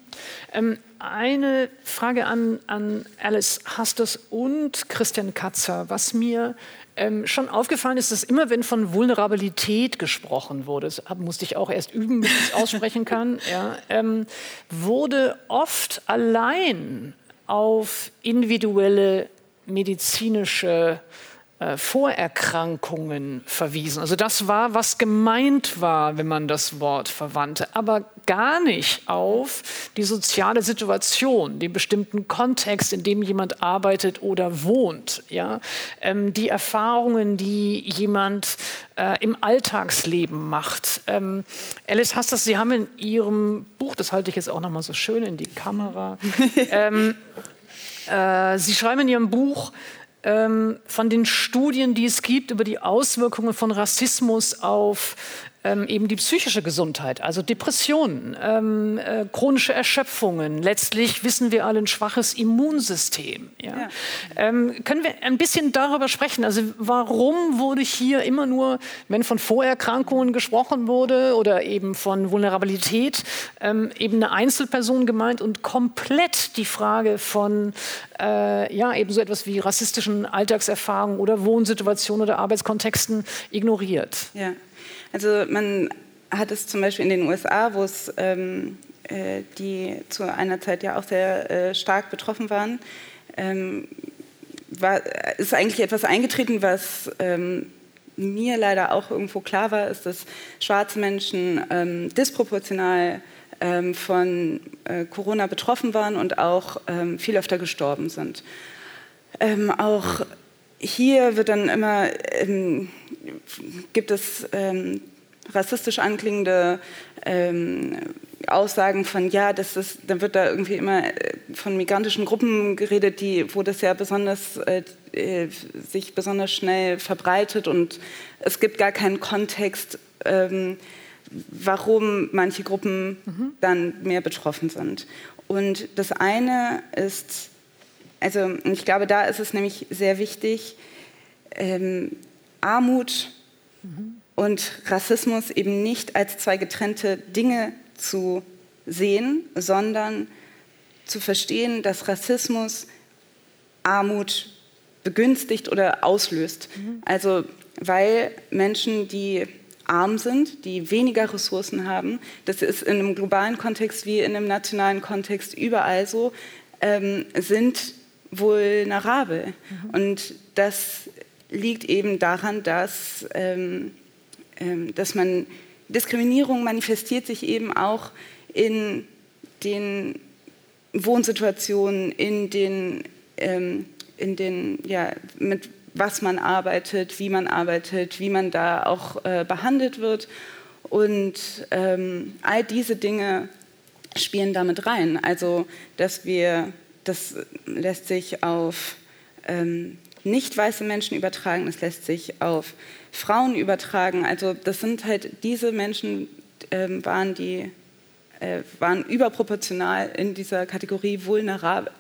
Eine Frage an Alice Hastes und Christian Katzer. Was mir schon aufgefallen ist, dass immer, wenn von Vulnerabilität gesprochen wurde, das musste ich auch erst üben, bis ich es aussprechen kann, wurde oft allein auf individuelle medizinische Vorerkrankungen verwiesen. Also das war, was gemeint war, wenn man das Wort verwandte, aber gar nicht auf die soziale Situation, den bestimmten Kontext, in dem jemand arbeitet oder wohnt. Ja? Die Erfahrungen, die jemand im Alltagsleben macht. Alice Hastes, Sie haben in Ihrem Buch, das halte ich jetzt auch noch mal so schön in die Kamera, Sie schreiben in Ihrem Buch, von den Studien, die es gibt über die Auswirkungen von Rassismus auf eben die psychische Gesundheit, also Depressionen, chronische Erschöpfungen, letztlich wissen wir alle ein schwaches Immunsystem. Ja? Ja. Können wir ein bisschen darüber sprechen? Also warum wurde hier immer nur, wenn von Vorerkrankungen gesprochen wurde oder eben von Vulnerabilität, eben eine Einzelperson gemeint und komplett die Frage von eben so etwas wie rassistischen Alltagserfahrungen oder Wohnsituationen oder Arbeitskontexten ignoriert? Ja. Also man hat es zum Beispiel in den USA, wo es die zu einer Zeit ja auch sehr stark betroffen waren, ist eigentlich etwas eingetreten, was mir leider auch irgendwo klar war, ist, dass schwarze Menschen disproportional von Corona betroffen waren und auch viel öfter gestorben sind. Auch hier wird dann immer, gibt es rassistisch anklingende Aussagen von, ja, dann wird da irgendwie immer von migrantischen Gruppen geredet, wo das ja sich besonders schnell verbreitet und es gibt gar keinen Kontext, warum manche Gruppen dann mehr betroffen sind. Und das eine ist, also ich glaube, da ist es nämlich sehr wichtig, Armut und Rassismus eben nicht als zwei getrennte Dinge zu sehen, sondern zu verstehen, dass Rassismus Armut begünstigt oder auslöst. Also weil Menschen, die arm sind, die weniger Ressourcen haben, das ist in einem globalen Kontext wie in einem nationalen Kontext überall so, sind vulnerabel. Und das liegt eben daran, dass man Diskriminierung manifestiert sich eben auch in den Wohnsituationen, mit was man arbeitet, wie man da auch behandelt wird. Und all diese Dinge spielen damit rein. Also, das lässt sich auf nicht weiße Menschen übertragen, das lässt sich auf Frauen übertragen. Also das sind halt diese Menschen, waren überproportional in dieser Kategorie vulnerable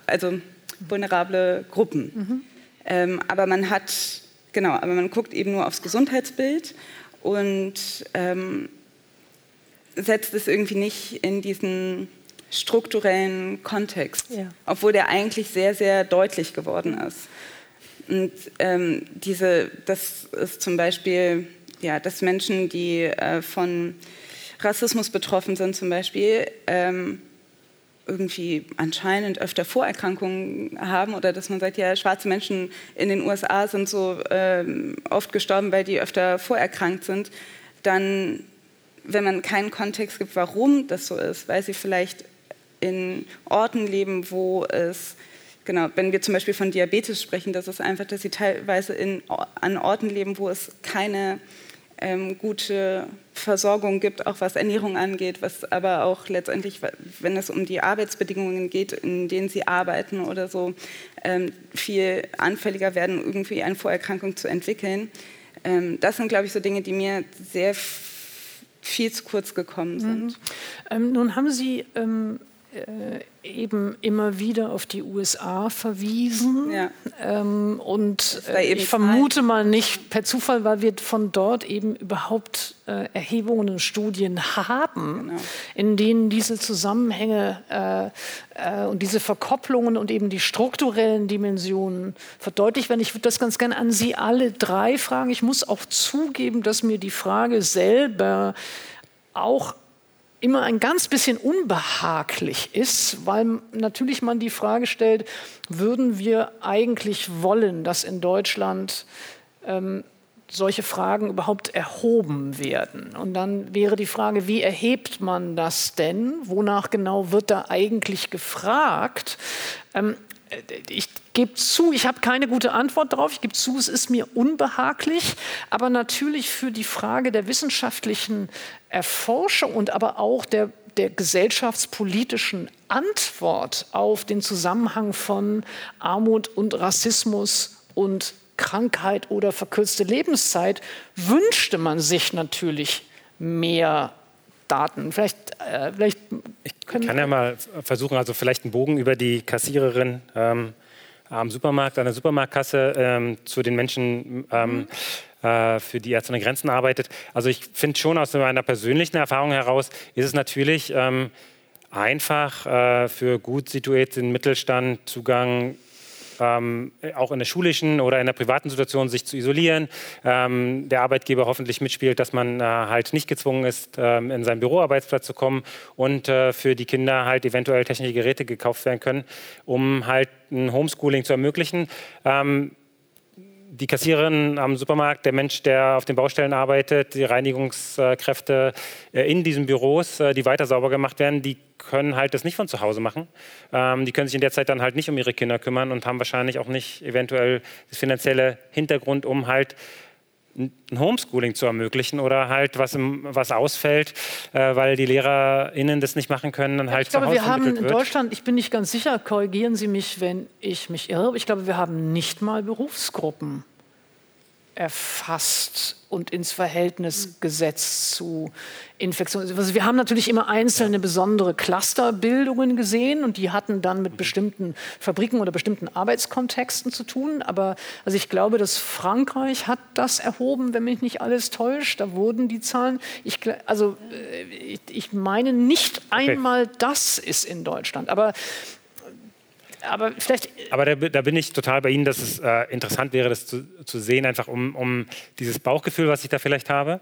Gruppen. Aber man guckt eben nur aufs Gesundheitsbild und setzt es irgendwie nicht in diesen strukturellen Kontext, obwohl der eigentlich sehr, sehr deutlich geworden ist. Und das ist zum Beispiel, ja, dass Menschen, die von Rassismus betroffen sind zum Beispiel, irgendwie anscheinend öfter Vorerkrankungen haben oder dass man sagt, ja, schwarze Menschen in den USA sind so oft gestorben, weil die öfter vorerkrankt sind, dann, wenn man keinen Kontext gibt, warum das so ist, weil sie vielleicht in Orten leben, wo es, genau, wenn wir zum Beispiel von Diabetes sprechen, das ist einfach, dass sie teilweise an Orten leben, wo es keine gute Versorgung gibt, auch was Ernährung angeht, was aber auch letztendlich, wenn es um die Arbeitsbedingungen geht, in denen sie arbeiten oder so, viel anfälliger werden, irgendwie eine Vorerkrankung zu entwickeln. Das sind, glaube ich, so Dinge, die mir sehr viel zu kurz gekommen sind. Nun haben Sie eben immer wieder auf die USA verwiesen. Ja. Und ich vermute mal nicht per Zufall, weil wir von dort eben überhaupt Erhebungen und Studien haben, genau, in denen diese Zusammenhänge und diese Verkopplungen und eben die strukturellen Dimensionen verdeutlicht werden. Ich würde das ganz gerne an Sie alle drei fragen. Ich muss auch zugeben, dass mir die Frage selber auch immer ein ganz bisschen unbehaglich ist, weil natürlich man die Frage stellt, würden wir eigentlich wollen, dass in Deutschland solche Fragen überhaupt erhoben werden? Und dann wäre die Frage, wie erhebt man das denn? Wonach genau wird da eigentlich gefragt? Ich gebe zu, ich habe keine gute Antwort darauf. Ich gebe zu, es ist mir unbehaglich. Aber natürlich für die Frage der wissenschaftlichen Erforschung und aber auch der gesellschaftspolitischen Antwort auf den Zusammenhang von Armut und Rassismus und Krankheit oder verkürzte Lebenszeit wünschte man sich natürlich mehr Daten. Ich kann ja mal versuchen, also vielleicht einen Bogen über die Kassiererin am Supermarkt, an der Supermarktkasse zu den Menschen, für die Ärzte ohne Grenzen arbeitet. Also ich finde schon aus meiner persönlichen Erfahrung heraus, ist es natürlich einfach für gut situierten Mittelstand Zugang auch in der schulischen oder in der privaten Situation sich zu isolieren. Der Arbeitgeber hoffentlich mitspielt, dass man halt nicht gezwungen ist, in seinen Büroarbeitsplatz zu kommen und für die Kinder halt eventuell technische Geräte gekauft werden können, um halt ein Homeschooling zu ermöglichen. Die Kassiererin am Supermarkt, der Mensch, der auf den Baustellen arbeitet, die Reinigungskräfte in diesen Büros, die weiter sauber gemacht werden, die können halt das nicht von zu Hause machen. Die können sich in der Zeit dann halt nicht um ihre Kinder kümmern und haben wahrscheinlich auch nicht eventuell das finanzielle Hintergrund, um halt ein Homeschooling zu ermöglichen oder halt was ausfällt, weil die LehrerInnen das nicht machen können, dann halt zu Hause vermittelt wird. Ich glaube, wir haben in Deutschland, ich bin nicht ganz sicher, korrigieren Sie mich, wenn ich mich irre, aber ich glaube, wir haben nicht mal Berufsgruppen erfasst und ins Verhältnis gesetzt zu Infektionen. Also wir haben natürlich immer einzelne besondere Clusterbildungen gesehen und die hatten dann mit bestimmten Fabriken oder bestimmten Arbeitskontexten zu tun. Aber also ich glaube, dass Frankreich hat das erhoben, wenn mich nicht alles täuscht. Da wurden die Zahlen. Ich meine, nicht einmal das ist in Deutschland. Aber vielleicht. Aber da bin ich total bei Ihnen, dass es interessant wäre, das zu sehen, einfach um dieses Bauchgefühl, was ich da vielleicht habe,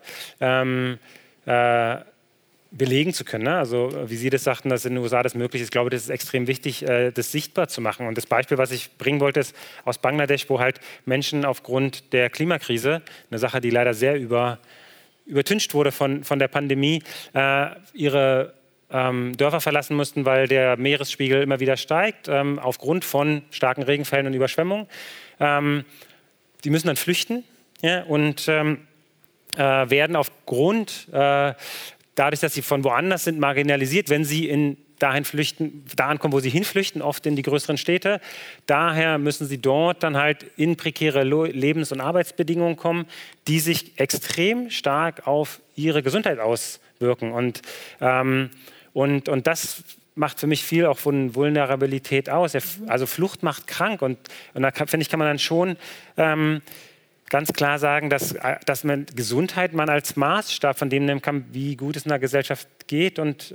belegen zu können. Ne? Also wie Sie das sagten, dass in den USA das möglich ist. Ich glaube, das ist extrem wichtig, das sichtbar zu machen. Und das Beispiel, was ich bringen wollte, ist aus Bangladesch, wo halt Menschen aufgrund der Klimakrise, eine Sache, die leider sehr übertüncht wurde von der Pandemie, ihre Dörfer verlassen mussten, weil der Meeresspiegel immer wieder steigt, aufgrund von starken Regenfällen und Überschwemmungen. Die müssen dann flüchten, ja, und werden aufgrund, dadurch, dass sie von woanders sind, marginalisiert, wenn sie dahin kommen, wo sie hinflüchten, oft in die größeren Städte. Daher müssen sie dort dann halt in prekäre Lebens- und Arbeitsbedingungen kommen, die sich extrem stark auf ihre Gesundheit auswirken. Und das macht für mich viel auch von Vulnerabilität aus. Also Flucht macht krank und da finde ich, kann man dann schon ganz klar sagen, dass man Gesundheit man als Maßstab von dem nehmen kann, wie gut es in der Gesellschaft geht. Und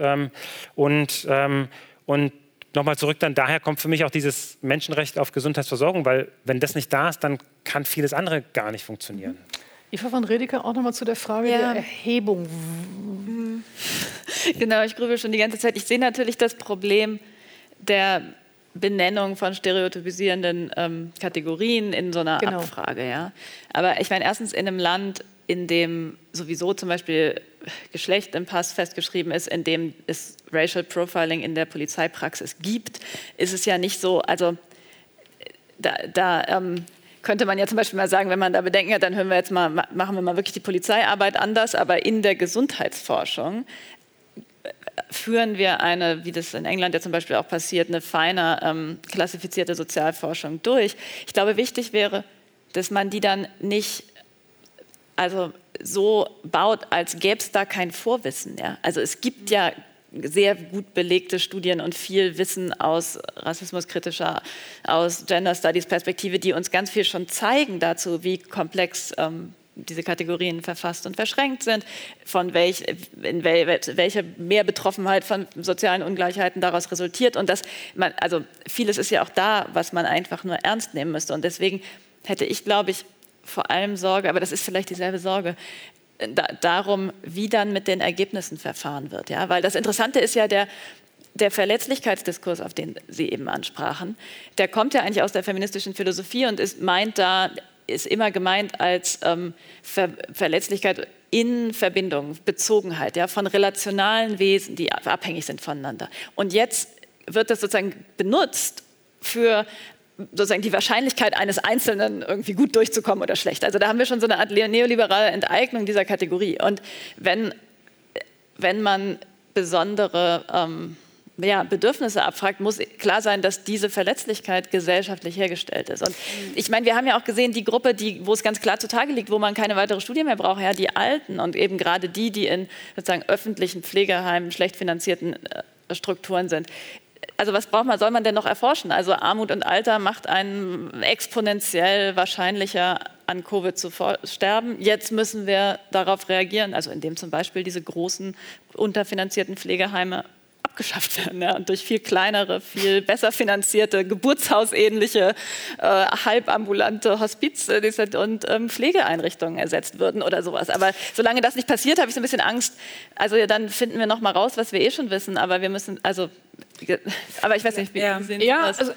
nochmal zurück, dann daher kommt für mich auch dieses Menschenrecht auf Gesundheitsversorgung, weil wenn das nicht da ist, dann kann vieles andere gar nicht funktionieren. Eva von Redeker, auch nochmal zu der Frage der Erhebung. Genau, ich grübel schon die ganze Zeit. Ich sehe natürlich das Problem der Benennung von stereotypisierenden Kategorien in so einer Abfrage. Ja. Aber ich meine, erstens in einem Land, in dem sowieso zum Beispiel Geschlecht im Pass festgeschrieben ist, in dem es Racial Profiling in der Polizeipraxis gibt, ist es ja nicht so, also da könnte man ja zum Beispiel mal sagen, wenn man da Bedenken hat, dann machen wir mal wirklich die Polizeiarbeit anders, aber in der Gesundheitsforschung führen wir eine, wie das in England ja zum Beispiel auch passiert, eine feiner klassifizierte Sozialforschung durch. Ich glaube, wichtig wäre, dass man die dann nicht so baut, als gäbe es da kein Vorwissen. Ja? Also es gibt ja sehr gut belegte Studien und viel Wissen aus rassismuskritischer, aus Gender Studies Perspektive, die uns ganz viel schon zeigen dazu, wie komplex diese Kategorien verfasst und verschränkt sind, von welche Mehrbetroffenheit von sozialen Ungleichheiten daraus resultiert. Und vieles ist ja auch da, was man einfach nur ernst nehmen müsste. Und deswegen hätte ich, glaube ich, vor allem Sorge, aber das ist vielleicht dieselbe Sorge, darum, wie dann mit den Ergebnissen verfahren wird. Ja? Weil das Interessante ist ja der Verletzlichkeitsdiskurs, auf den Sie eben ansprachen, der kommt ja eigentlich aus der feministischen Philosophie und ist immer gemeint als Verletzlichkeit in Verbindung, Bezogenheit, ja, von relationalen Wesen, die abhängig sind voneinander. Und jetzt wird das sozusagen benutzt für sozusagen die Wahrscheinlichkeit eines Einzelnen irgendwie gut durchzukommen oder schlecht. Also da haben wir schon so eine Art neoliberale Enteignung dieser Kategorie. Und wenn man besondere Bedürfnisse abfragt, muss klar sein, dass diese Verletzlichkeit gesellschaftlich hergestellt ist. Und ich meine, wir haben ja auch gesehen, die Gruppe, wo es ganz klar zutage liegt, wo man keine weitere Studie mehr braucht, ja, die Alten und eben gerade die in sozusagen öffentlichen Pflegeheimen, schlecht finanzierten Strukturen sind. Also was soll man denn noch erforschen? Also Armut und Alter macht einen exponentiell wahrscheinlicher, an Covid zu sterben. Jetzt müssen wir darauf reagieren, also indem zum Beispiel diese großen, unterfinanzierten Pflegeheime abgeschafft werden, ja, und durch viel kleinere, viel besser finanzierte, geburtshausähnliche, halbambulante Hospiz- und Pflegeeinrichtungen ersetzt würden oder sowas. Aber solange das nicht passiert, habe ich so ein bisschen Angst. Also ja, dann finden wir noch mal raus, was wir schon wissen. Aber wir müssen, aber ich weiß nicht, wie sehen Sie das? Also,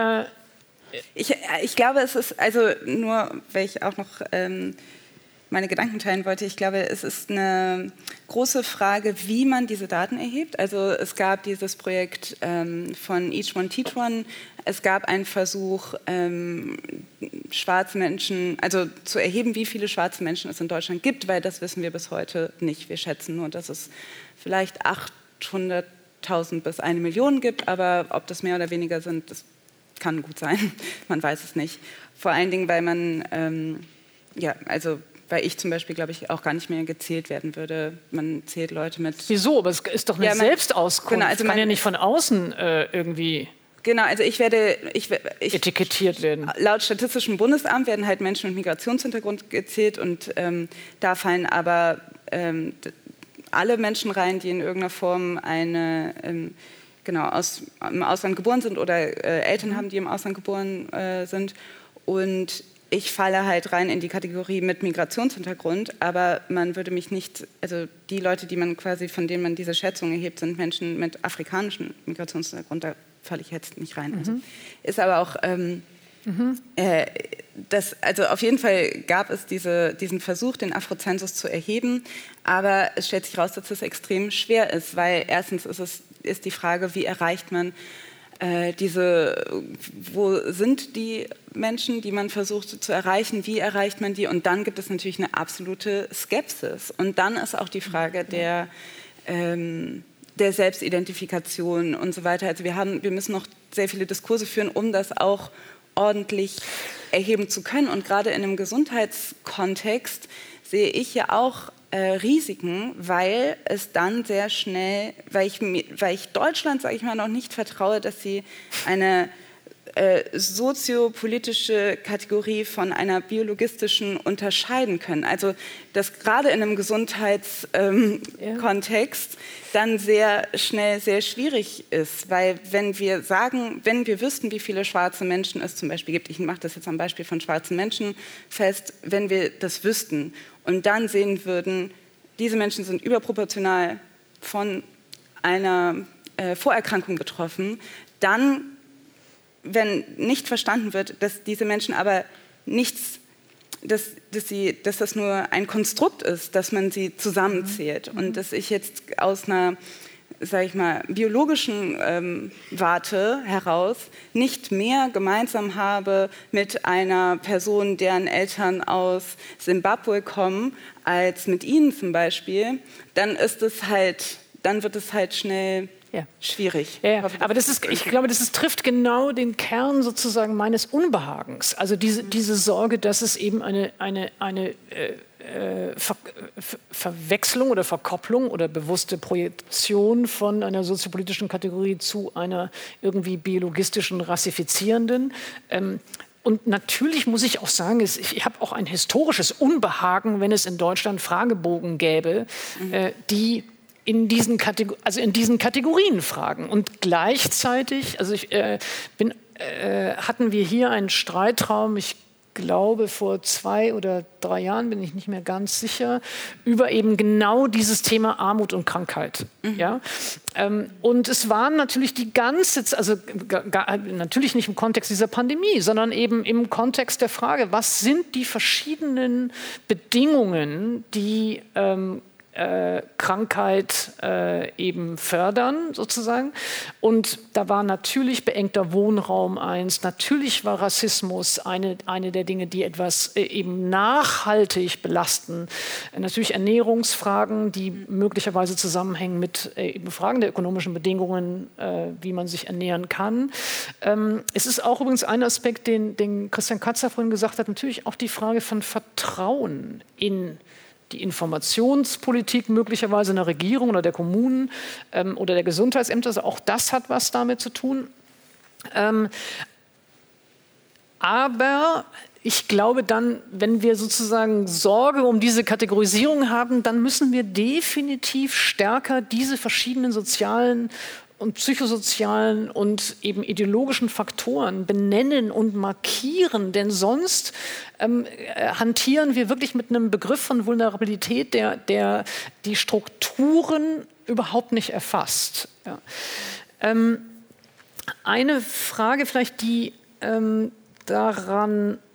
ich glaube, es ist, also nur, weil ich auch noch meine Gedanken teilen wollte, ich glaube, es ist eine große Frage, wie man diese Daten erhebt. Also es gab dieses Projekt von Each One Teach One. Es gab einen Versuch, schwarze Menschen, also zu erheben, wie viele schwarze Menschen es in Deutschland gibt, weil das wissen wir bis heute nicht. Wir schätzen nur, dass es vielleicht 800.000 bis 1 Million gibt, aber ob das mehr oder weniger sind, das kann gut sein. Man weiß es nicht. Vor allen Dingen, weil man, weil ich zum Beispiel, glaube ich, auch gar nicht mehr gezählt werden würde. Man zählt Leute mit... Wieso? Aber es ist doch eine Selbstauskunft. Genau, also kann ja nicht von außen irgendwie... Genau, also ich etikettiert werden. Laut Statistischem Bundesamt werden halt Menschen mit Migrationshintergrund gezählt und da fallen aber alle Menschen rein, die in irgendeiner Form im Ausland geboren sind oder Eltern haben, die im Ausland geboren sind. Und ich falle halt rein in die Kategorie mit Migrationshintergrund, aber man würde mich nicht, also die Leute, von denen man diese Schätzung erhebt, sind Menschen mit afrikanischem Migrationshintergrund, da falle ich jetzt nicht rein. Also, ist aber auch, also auf jeden Fall gab es diesen Versuch, den Afrozensus zu erheben, aber es stellt sich heraus, dass es extrem schwer ist, weil erstens ist die Frage, wie erreicht man wo sind die Menschen, die man versucht zu erreichen, wie erreicht man die? Und dann gibt es natürlich eine absolute Skepsis. Und dann ist auch die Frage der Selbstidentifikation und so weiter. Also wir müssen noch sehr viele Diskurse führen, um das auch ordentlich erheben zu können. Und gerade in einem Gesundheitskontext sehe ich ja auch Risiken, weil es dann sehr schnell, weil ich Deutschland, sage ich mal, noch nicht vertraue, dass sie eine soziopolitische Kategorie von einer biologistischen unterscheiden können. Also das gerade in einem Gesundheitskontext dann sehr schnell sehr schwierig ist, weil wenn wir wüssten, wie viele schwarze Menschen es zum Beispiel gibt, ich mache das jetzt am Beispiel von schwarzen Menschen fest, wenn wir das wüssten und dann sehen würden, diese Menschen sind überproportional von einer Vorerkrankung betroffen, dann, wenn nicht verstanden wird, dass diese Menschen aber nichts, dass das nur ein Konstrukt ist, dass man sie zusammenzählt und dass ich jetzt aus einer, sage ich mal, biologischen Warte heraus nicht mehr gemeinsam habe mit einer Person, deren Eltern aus Simbabwe kommen, als mit Ihnen zum Beispiel, dann wird es halt schnell schwierig. Ja, aber ich glaube, das trifft genau den Kern sozusagen meines Unbehagens. Also diese Sorge, dass es eben eine Verwechslung oder Verkopplung oder bewusste Projektion von einer soziopolitischen Kategorie zu einer irgendwie biologistischen, rassifizierenden. Und natürlich muss ich auch sagen, ich habe auch ein historisches Unbehagen, wenn es in Deutschland Fragebogen gäbe, die in diesen Kategorien fragen. Und gleichzeitig, hatten wir hier einen Streitraum, ich glaube vor 2 oder 3 Jahren, bin ich nicht mehr ganz sicher, über eben genau dieses Thema Armut und Krankheit. Ja? Und es waren natürlich natürlich nicht im Kontext dieser Pandemie, sondern eben im Kontext der Frage, was sind die verschiedenen Bedingungen, die Krankheit eben fördern, sozusagen. Und da war natürlich beengter Wohnraum eins, natürlich war Rassismus eine der Dinge, die etwas eben nachhaltig belasten. Natürlich Ernährungsfragen, die möglicherweise zusammenhängen mit eben Fragen der ökonomischen Bedingungen, wie man sich ernähren kann. Es ist auch übrigens ein Aspekt, den Christian Katzer vorhin gesagt hat, natürlich auch die Frage von Vertrauen in die Informationspolitik möglicherweise in der Regierung oder der Kommunen oder der Gesundheitsämter, also auch das hat was damit zu tun. Aber ich glaube dann, wenn wir sozusagen Sorge um diese Kategorisierung haben, dann müssen wir definitiv stärker diese verschiedenen sozialen und psychosozialen und eben ideologischen Faktoren benennen und markieren, denn sonst hantieren wir wirklich mit einem Begriff von Vulnerabilität, der die Strukturen überhaupt nicht erfasst. Ja. Eine Frage vielleicht, die daran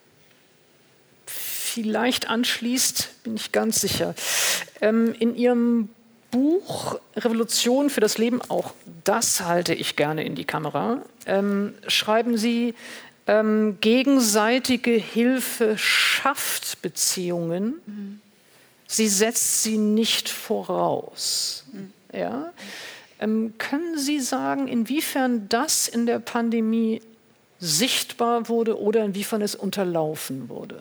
vielleicht anschließt, bin ich ganz sicher. In Ihrem Buch Revolution für das Leben, auch das halte ich gerne in die Kamera, schreiben Sie, gegenseitige Hilfe schafft Beziehungen, sie setzt sie nicht voraus. Ja? Können Sie sagen, inwiefern das in der Pandemie sichtbar wurde oder inwiefern es unterlaufen wurde?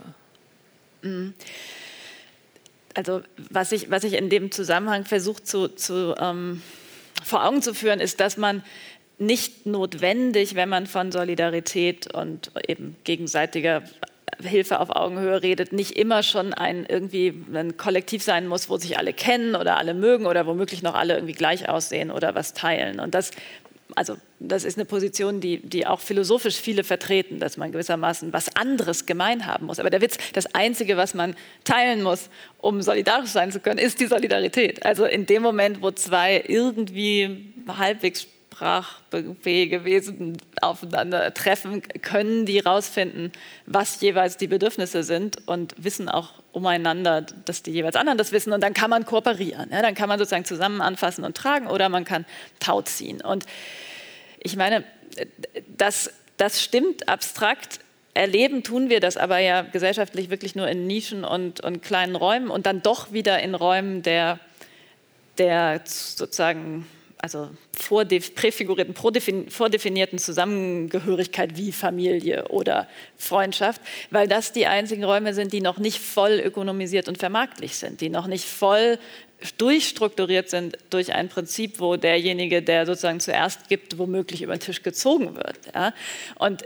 Also was ich in dem Zusammenhang versuche vor Augen zu führen, ist, dass man nicht notwendig, wenn man von Solidarität und eben gegenseitiger Hilfe auf Augenhöhe redet, nicht immer schon ein Kollektiv sein muss, wo sich alle kennen oder alle mögen oder womöglich noch alle irgendwie gleich aussehen oder was teilen. Und das ist eine Position, die auch philosophisch viele vertreten, dass man gewissermaßen was anderes gemein haben muss. Aber der Witz, das Einzige, was man teilen muss, um solidarisch sein zu können, ist die Solidarität. Also in dem Moment, wo zwei irgendwie halbwegs sprachfähige Wesen aufeinandertreffen, können die rausfinden, was jeweils die Bedürfnisse sind und wissen auch umeinander, dass die jeweils anderen das wissen. Und dann kann man kooperieren. Ja? Dann kann man sozusagen zusammen anfassen und tragen oder man kann Tau ziehen. Und ich meine, das stimmt abstrakt. Erleben tun wir das aber ja gesellschaftlich wirklich nur in Nischen und kleinen Räumen und dann doch wieder in Räumen der sozusagen vordefinierten Zusammengehörigkeit wie Familie oder Freundschaft, weil das die einzigen Räume sind, die noch nicht voll ökonomisiert und vermarktlich sind, die noch nicht voll durchstrukturiert sind durch ein Prinzip, wo derjenige, der sozusagen zuerst gibt, womöglich über den Tisch gezogen wird. Ja? Und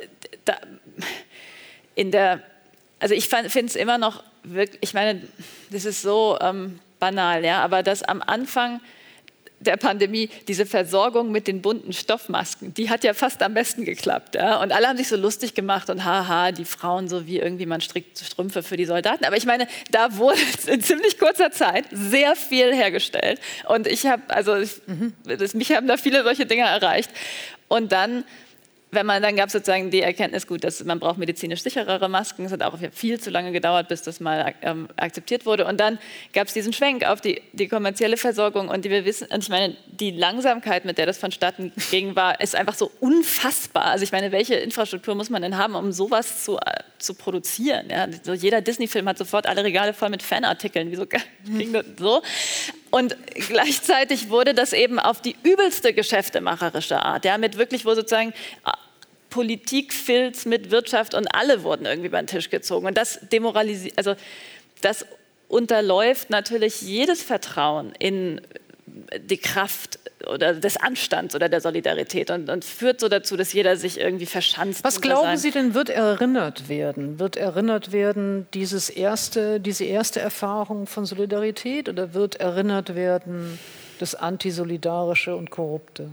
ich finde es immer noch wirklich, ich meine, das ist so banal, ja, aber dass am Anfang der Pandemie diese Versorgung mit den bunten Stoffmasken, die hat ja fast am besten geklappt. Ja? Und alle haben sich so lustig gemacht und haha, die Frauen, so wie irgendwie man strickt Strümpfe für die Soldaten. Aber ich meine, da wurde in ziemlich kurzer Zeit sehr viel hergestellt. Und mich haben da viele solche Dinge erreicht. Und dann gab es sozusagen die Erkenntnis, gut, dass man braucht medizinisch sicherere Masken. Es hat auch viel zu lange gedauert, bis das mal akzeptiert wurde. Und dann gab es diesen Schwenk auf die kommerzielle Versorgung. Und wir wissen, und ich meine, die Langsamkeit, mit der das vonstatten ging, ist einfach so unfassbar. Also ich meine, welche Infrastruktur muss man denn haben, um sowas zu produzieren? Ja? So jeder Disney-Film hat sofort alle Regale voll mit Fanartikeln. Wieso ging das so? Und gleichzeitig wurde das eben auf die übelste geschäftemacherische Art, ja, mit wirklich, wo sozusagen Politik, Filz mit Wirtschaft und alle wurden irgendwie über den Tisch gezogen. Und das demoralisiert, also das unterläuft natürlich jedes Vertrauen in die Kraft oder des Anstands oder der Solidarität und führt so dazu, dass jeder sich irgendwie verschanzt. Was glauben Sie denn, wird erinnert werden? Wird erinnert werden diese erste Erfahrung von Solidarität oder wird erinnert werden das Antisolidarische und Korrupte?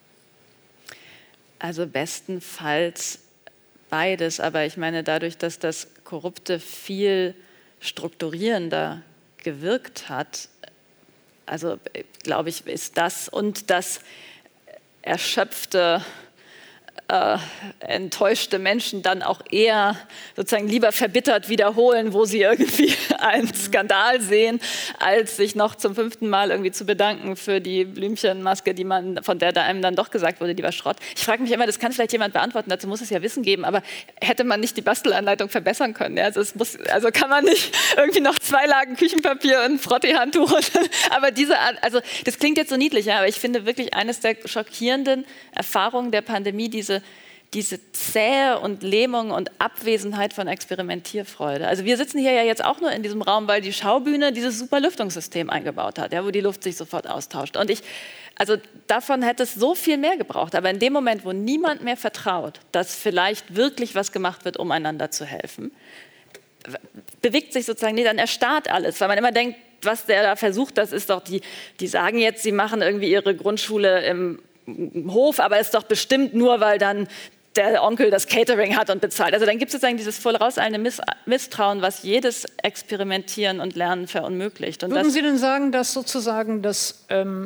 Also bestenfalls beides, aber ich meine, dadurch, dass das Korrupte viel strukturierender gewirkt hat, also glaube ich, ist das und das erschöpfte, enttäuschte Menschen dann auch eher sozusagen lieber verbittert wiederholen, wo sie irgendwie einen Skandal sehen, als sich noch zum 5. Mal irgendwie zu bedanken für die Blümchenmaske, von der da einem dann doch gesagt wurde, die war Schrott. Ich frage mich immer, das kann vielleicht jemand beantworten, dazu muss es ja Wissen geben, aber hätte man nicht die Bastelanleitung verbessern können? Ja? Also kann man nicht irgendwie noch 2 Lagen Küchenpapier und ein Frottee-Handtuch? Aber das klingt jetzt so niedlich, ja, aber ich finde wirklich eines der schockierenden Erfahrungen der Pandemie, diese Zähe und Lähmung und Abwesenheit von Experimentierfreude. Also wir sitzen hier ja jetzt auch nur in diesem Raum, weil die Schaubühne dieses super Lüftungssystem eingebaut hat, ja, wo die Luft sich sofort austauscht. Und davon hätte es so viel mehr gebraucht. Aber in dem Moment, wo niemand mehr vertraut, dass vielleicht wirklich was gemacht wird, um einander zu helfen, bewegt sich sozusagen nicht, dann erstarrt alles, weil man immer denkt, was der da versucht, das ist doch, die sagen jetzt, sie machen irgendwie ihre Grundschule im Hof, aber ist doch bestimmt nur, weil dann der Onkel das Catering hat und bezahlt. Also dann gibt es sozusagen dieses vorauseilende Misstrauen, was jedes Experimentieren und Lernen verunmöglicht. Und würden Sie denn sagen, dass sozusagen das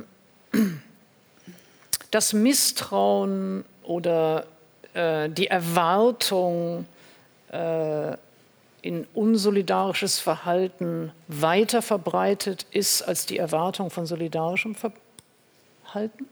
Misstrauen oder die Erwartung in unsolidarisches Verhalten weiter verbreitet ist als die Erwartung von solidarischem Verhalten?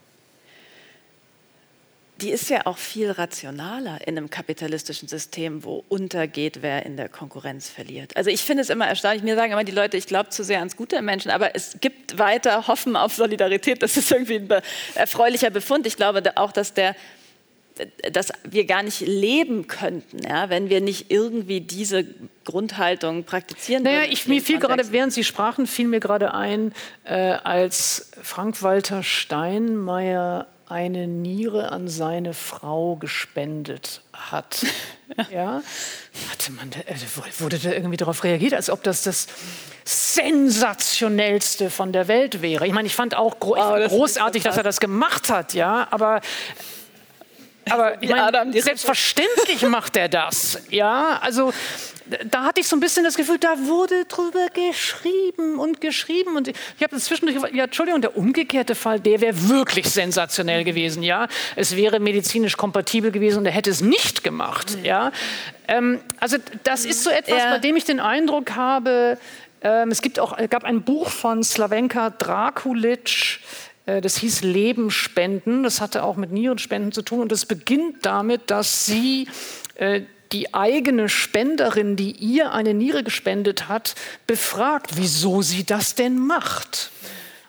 Die ist ja auch viel rationaler in einem kapitalistischen System, wo untergeht, wer in der Konkurrenz verliert. Also ich finde es immer erstaunlich, mir sagen immer die Leute, ich glaube zu sehr ans Gute im Menschen, aber es gibt weiter Hoffen auf Solidarität. Das ist irgendwie ein erfreulicher Befund. Ich glaube auch, dass wir gar nicht leben könnten, ja, wenn wir nicht irgendwie diese Grundhaltung praktizieren würden. Mir fiel gerade, während Sie sprachen, fiel mir gerade ein, als Frank-Walter Steinmeier eine Niere an seine Frau gespendet hat. Ja? Wurde da irgendwie darauf reagiert, als ob das Sensationellste von der Welt wäre? Ich meine, ich fand auch großartig, dass er das gemacht hat, ja, aber ich meine, selbstverständlich macht er das. Ja, also da hatte ich so ein bisschen das Gefühl, da wurde drüber geschrieben. Und ich habe zwischendurch gesagt, ja, Entschuldigung, der umgekehrte Fall, der wäre wirklich sensationell gewesen. Ja, es wäre medizinisch kompatibel gewesen und er hätte es nicht gemacht. Ja, also das ist so etwas, bei dem ich den Eindruck habe, es gab ein Buch von Slavenka Drakulic, das hieß Leben spenden. Das hatte auch mit Nierenspenden zu tun. Und es beginnt damit, dass sie die eigene Spenderin, die ihr eine Niere gespendet hat, befragt, wieso sie das denn macht.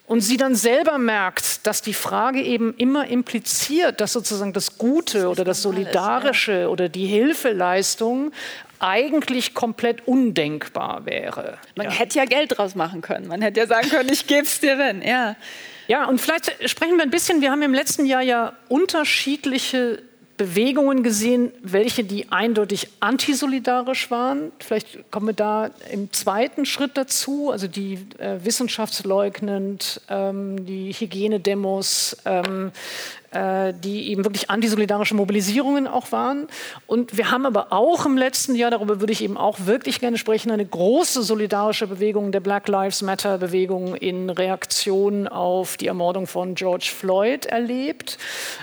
und sie dann selber merkt, dass die Frage eben immer impliziert, dass sozusagen das Gute oder das Solidarische oder die Hilfeleistung eigentlich komplett undenkbar wäre. Man hätte ja Geld draus machen können. Man hätte ja sagen können, ich gebe es dir, wenn. Ja. Ja, und vielleicht sprechen wir ein bisschen, wir haben im letzten Jahr ja unterschiedliche Bewegungen gesehen, welche die eindeutig antisolidarisch waren. Vielleicht kommen wir da im zweiten Schritt dazu, also die wissenschaftsleugnend, die Hygienedemos, die eben wirklich antisolidarische Mobilisierungen auch waren. Und wir haben aber auch im letzten Jahr, darüber würde ich eben auch wirklich gerne sprechen, eine große solidarische Bewegung der Black Lives Matter Bewegung in Reaktion auf die Ermordung von George Floyd erlebt.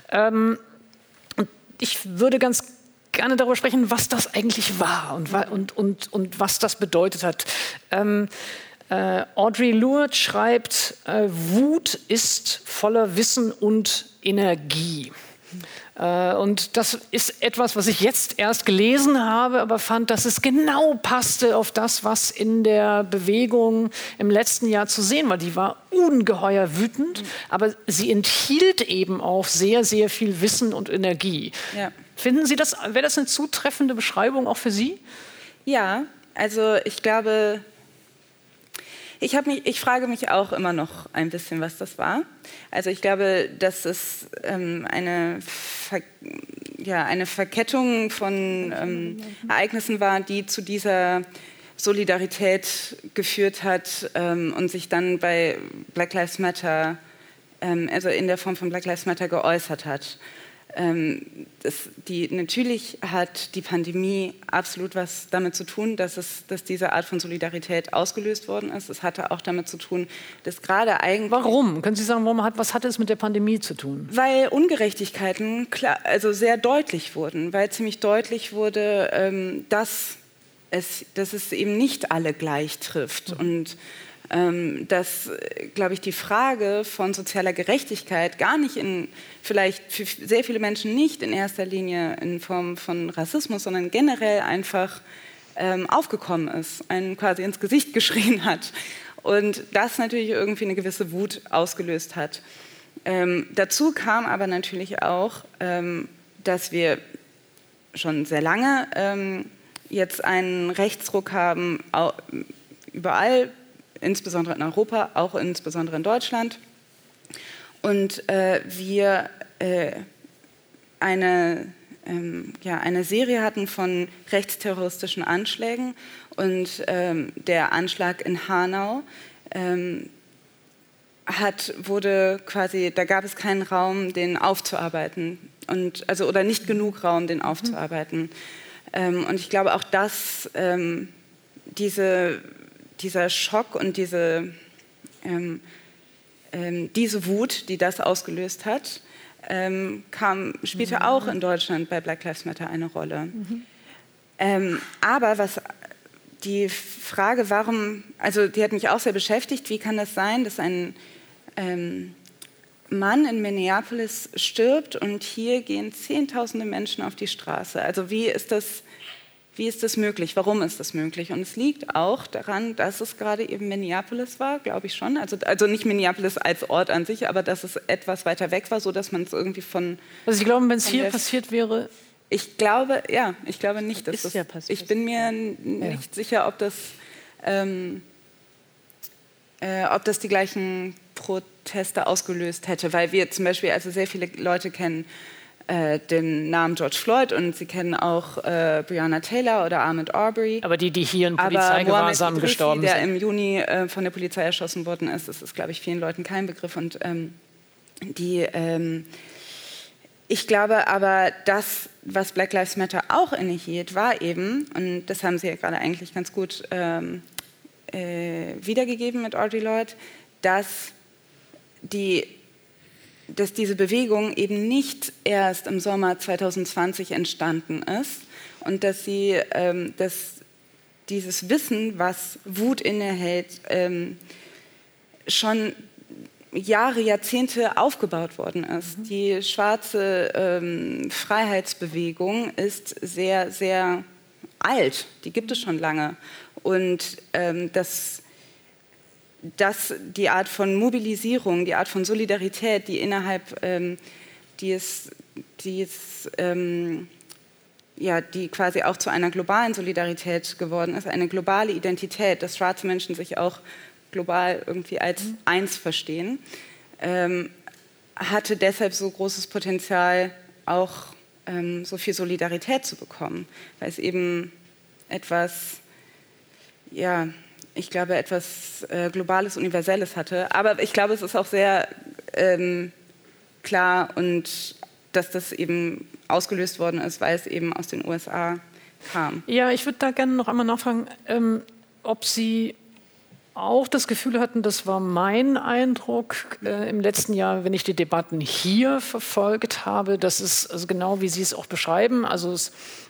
Ich würde ganz gerne darüber sprechen, was das eigentlich war und was das bedeutet hat. Audre Lorde schreibt, Wut ist voller Wissen und Energie. Und das ist etwas, was ich jetzt erst gelesen habe, aber fand, dass es genau passte auf das, was in der Bewegung im letzten Jahr zu sehen war. Die war ungeheuer wütend, aber sie enthielt eben auch sehr, sehr viel Wissen und Energie. Ja. Finden Sie das, wäre das eine zutreffende Beschreibung auch für Sie? Ja, also ich glaube, ich frage mich auch immer noch ein bisschen, was das war. Also ich glaube, dass es eine Verkettung von Ereignissen war, die zu dieser Solidarität geführt hat und sich dann bei Black Lives Matter, also in der Form von Black Lives Matter geäußert hat. Natürlich hat die Pandemie absolut was damit zu tun, dass diese Art von Solidarität ausgelöst worden ist. Es hatte auch damit zu tun, dass gerade eigentlich... Warum? Können Sie sagen, was hat es mit der Pandemie zu tun? Weil Ungerechtigkeiten sehr deutlich wurden, weil ziemlich deutlich wurde, dass es eben nicht alle gleich trifft. Und dass, glaube ich, die Frage von sozialer Gerechtigkeit gar nicht vielleicht für sehr viele Menschen nicht in erster Linie in Form von Rassismus, sondern generell einfach aufgekommen ist, einen quasi ins Gesicht geschrien hat und das natürlich irgendwie eine gewisse Wut ausgelöst hat. Dazu kam aber natürlich auch, dass wir schon sehr lange jetzt einen Rechtsruck haben, überall, insbesondere in Europa, auch insbesondere in Deutschland. Und wir eine Serie hatten von rechtsterroristischen Anschlägen. Und der Anschlag in Hanau da gab es keinen Raum, den aufzuarbeiten. Oder nicht genug Raum, den aufzuarbeiten. Und ich glaube auch, dass dieser Schock und diese Wut, die das ausgelöst hat, spielte auch in Deutschland bei Black Lives Matter eine Rolle. Aber die Frage, die hat mich auch sehr beschäftigt, wie kann das sein, dass ein Mann in Minneapolis stirbt und hier gehen Zehntausende Menschen auf die Straße? Also wie ist das möglich? Warum ist das möglich? Und es liegt auch daran, dass es gerade eben Minneapolis war, glaube ich schon. Also nicht Minneapolis als Ort an sich, aber dass es etwas weiter weg war, so dass man es irgendwie von... Also Sie glauben, wenn es hier passiert wäre... Ich glaube nicht, dass das... Ja passiert. Ich bin mir nicht sicher, ob das die gleichen Proteste ausgelöst hätte, weil wir zum Beispiel sehr viele Leute kennen den Namen George Floyd und Sie kennen auch Breonna Taylor oder Ahmaud Arbery. Aber die hier in Polizeigewahrsam gestorben sind. Der im Juni von der Polizei erschossen worden ist, das ist, glaube ich, vielen Leuten kein Begriff. Und ich glaube aber, das, was Black Lives Matter auch innehielt, war eben, und das haben Sie ja gerade eigentlich ganz gut wiedergegeben mit Audre Lorde, dass diese Bewegung eben nicht erst im Sommer 2020 entstanden ist und dass dieses Wissen, was Wut innehält, schon Jahre, Jahrzehnte aufgebaut worden ist. Die schwarze Freiheitsbewegung ist sehr, sehr alt. Die gibt es schon lange. Und dass die Art von Mobilisierung, die Art von Solidarität, die innerhalb, die quasi auch zu einer globalen Solidarität geworden ist, eine globale Identität, dass schwarze Menschen sich auch global irgendwie als eins verstehen, hatte deshalb so großes Potenzial, auch so viel Solidarität zu bekommen, weil es eben etwas, ja, ich glaube, etwas Globales, Universelles hatte. Aber ich glaube, es ist auch sehr klar, und dass das eben ausgelöst worden ist, weil es eben aus den USA kam. Ja, ich würde da gerne noch einmal nachfragen, ob Sie auch das Gefühl hatten, das war mein Eindruck im letzten Jahr, wenn ich die Debatten hier verfolgt habe, dass es, also genau wie Sie es auch beschreiben, also es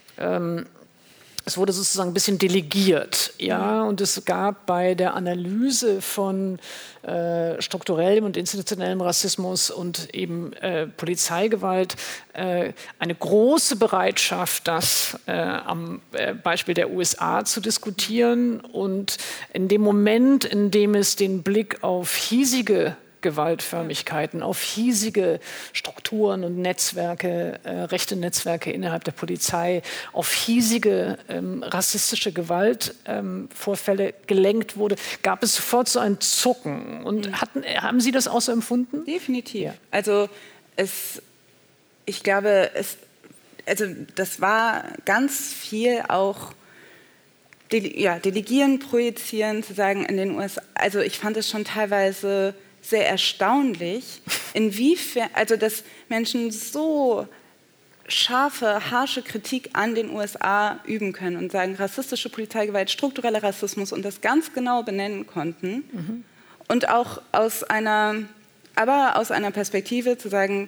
wurde sozusagen ein bisschen delegiert, ja, und es gab bei der Analyse von strukturellem und institutionellem Rassismus und eben Polizeigewalt eine große Bereitschaft, das am Beispiel der USA zu diskutieren. Und in dem Moment, in dem es den Blick auf hiesige Gewaltförmigkeiten, auf hiesige Strukturen und Netzwerke, rechte Netzwerke innerhalb der Polizei, auf hiesige rassistische Gewaltvorfälle gelenkt wurde, gab es sofort so ein Zucken. Und haben Sie das auch so empfunden? Definitiv. Ja. Also ich glaube, das war ganz viel auch delegieren, projizieren, zu sagen in den USA. Also ich fand es schon teilweise sehr erstaunlich, inwiefern, also dass Menschen so scharfe, harsche Kritik an den USA üben können und sagen, rassistische Polizeigewalt, struktureller Rassismus, und das ganz genau benennen konnten. Und auch aus einer Perspektive zu sagen,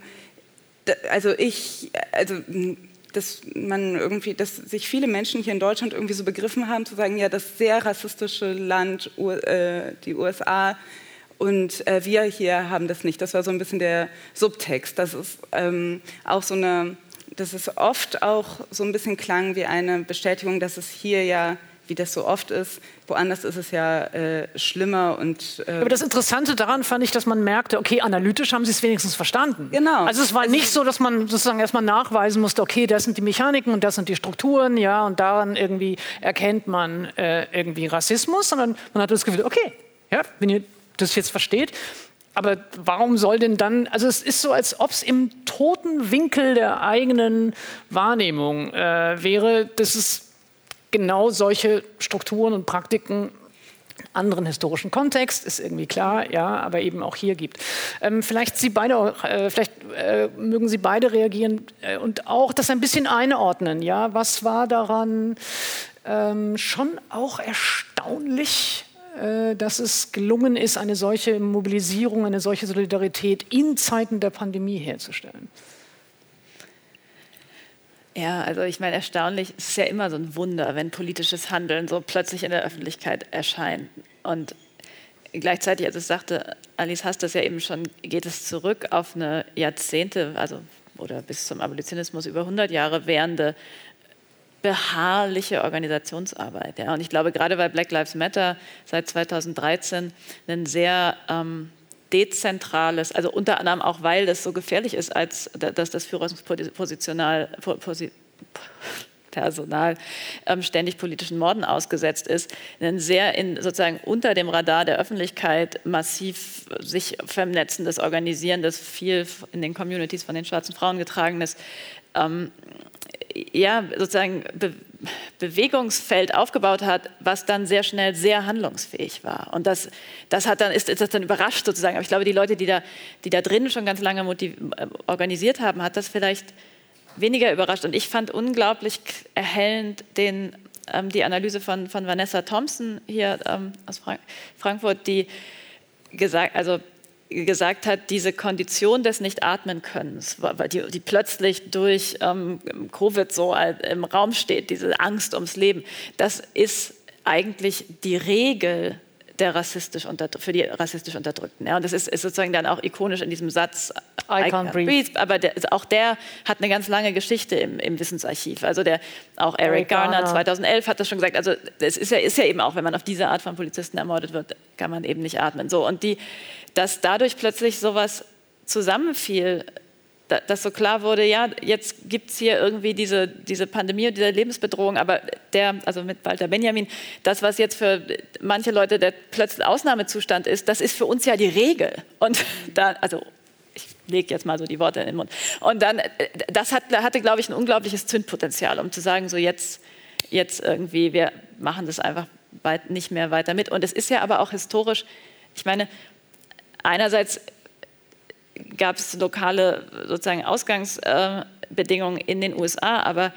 dass sich viele Menschen hier in Deutschland irgendwie so begriffen haben, zu sagen, ja, das sehr rassistische Land, die USA, und wir hier haben das nicht. Das war so ein bisschen der Subtext. Das ist auch dass es oft auch so ein bisschen klang wie eine Bestätigung, dass es hier ja, wie das so oft ist, woanders ist es ja schlimmer. Aber das Interessante daran fand ich, dass man merkte, okay, analytisch haben sie es wenigstens verstanden. Genau. Also es war nicht so, dass man sozusagen erstmal nachweisen musste, okay, das sind die Mechaniken und das sind die Strukturen, ja, und daran irgendwie erkennt man irgendwie Rassismus, sondern man hatte das Gefühl, okay, ja, wenn ihr das jetzt versteht. Aber warum soll denn dann, also es ist so, als ob es im toten Winkel der eigenen Wahrnehmung wäre, dass es genau solche Strukturen und Praktiken in anderen historischen Kontext, ist irgendwie klar, ja, aber eben auch hier gibt. Vielleicht mögen Sie beide reagieren und auch das ein bisschen einordnen, ja, was war daran schon auch erstaunlich, dass es gelungen ist, eine solche Mobilisierung, eine solche Solidarität in Zeiten der Pandemie herzustellen? Ja, also ich meine, erstaunlich, es ist ja immer so ein Wunder, wenn politisches Handeln so plötzlich in der Öffentlichkeit erscheint. Und gleichzeitig, also es sagte Alice Haas das ja eben schon, geht es zurück auf eine Jahrzehnte, also oder bis zum Abolitionismus über 100 Jahre währende beharrliche Organisationsarbeit. Ja. Und ich glaube, gerade bei Black Lives Matter seit 2013 ein sehr dezentrales, also unter anderem auch, weil das so gefährlich ist, als dass das Führungspersonal ständig politischen Morden ausgesetzt ist, ein sehr sozusagen unter dem Radar der Öffentlichkeit massiv sich vernetzendes, organisierendes, viel in den Communities von den schwarzen Frauen getragenes, sozusagen Bewegungsfeld aufgebaut hat, was dann sehr schnell sehr handlungsfähig war. Und ist das dann überrascht sozusagen. Aber ich glaube, die Leute, die da drin schon ganz lange organisiert haben, hat das vielleicht weniger überrascht. Und ich fand unglaublich erhellend die Analyse von Vanessa Thompson hier aus Frankfurt, die gesagt hat, diese Kondition des Nicht-Atmen-Könnens, die plötzlich durch Covid so im Raum steht, diese Angst ums Leben, das ist eigentlich die Regel für die rassistisch Unterdrückten. Ja, und das ist sozusagen dann auch ikonisch in diesem Satz, I can't breathe. aber auch der hat eine ganz lange Geschichte im Wissensarchiv. Also auch Eric Garner 2011 hat das schon gesagt. Also es ist ja eben auch, wenn man auf diese Art von Polizisten ermordet wird, kann man eben nicht atmen. So, und dass dadurch plötzlich sowas zusammenfiel, dass so klar wurde, ja, jetzt gibt es hier irgendwie diese Pandemie und diese Lebensbedrohung, aber also mit Walter Benjamin, das, was jetzt für manche Leute der plötzlich Ausnahmezustand ist, das ist für uns ja die Regel. Und also ich lege jetzt mal so die Worte in den Mund. Und dann, das hatte, glaube ich, ein unglaubliches Zündpotenzial, um zu sagen, so jetzt irgendwie, wir machen das einfach nicht mehr weiter mit. Und es ist ja aber auch historisch, ich meine, einerseits gab es lokale sozusagen Ausgangsbedingungen in den USA, aber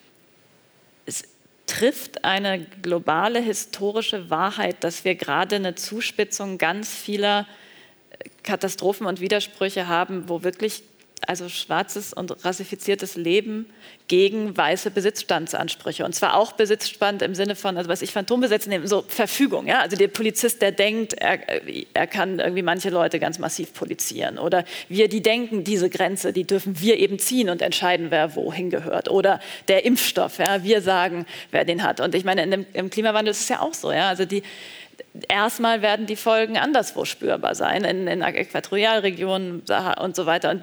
es trifft eine globale historische Wahrheit, dass wir gerade eine Zuspitzung ganz vieler Katastrophen und Widersprüche haben, wo wirklich also schwarzes und rassifiziertes Leben gegen weiße Besitzstandsansprüche. Und zwar auch Besitzstand im Sinne von, also was ich Phantombesitz nehme, so Verfügung. Ja? Also der Polizist, der denkt, er kann irgendwie manche Leute ganz massiv polizieren. Oder wir, die denken, diese Grenze, die dürfen wir eben ziehen und entscheiden, wer wohin gehört. Oder der Impfstoff, ja? Wir sagen, wer den hat. Und ich meine, im Klimawandel ist es ja auch so. Ja? Also erstmal werden die Folgen anderswo spürbar sein, in Äquatorialregionen und so weiter. Und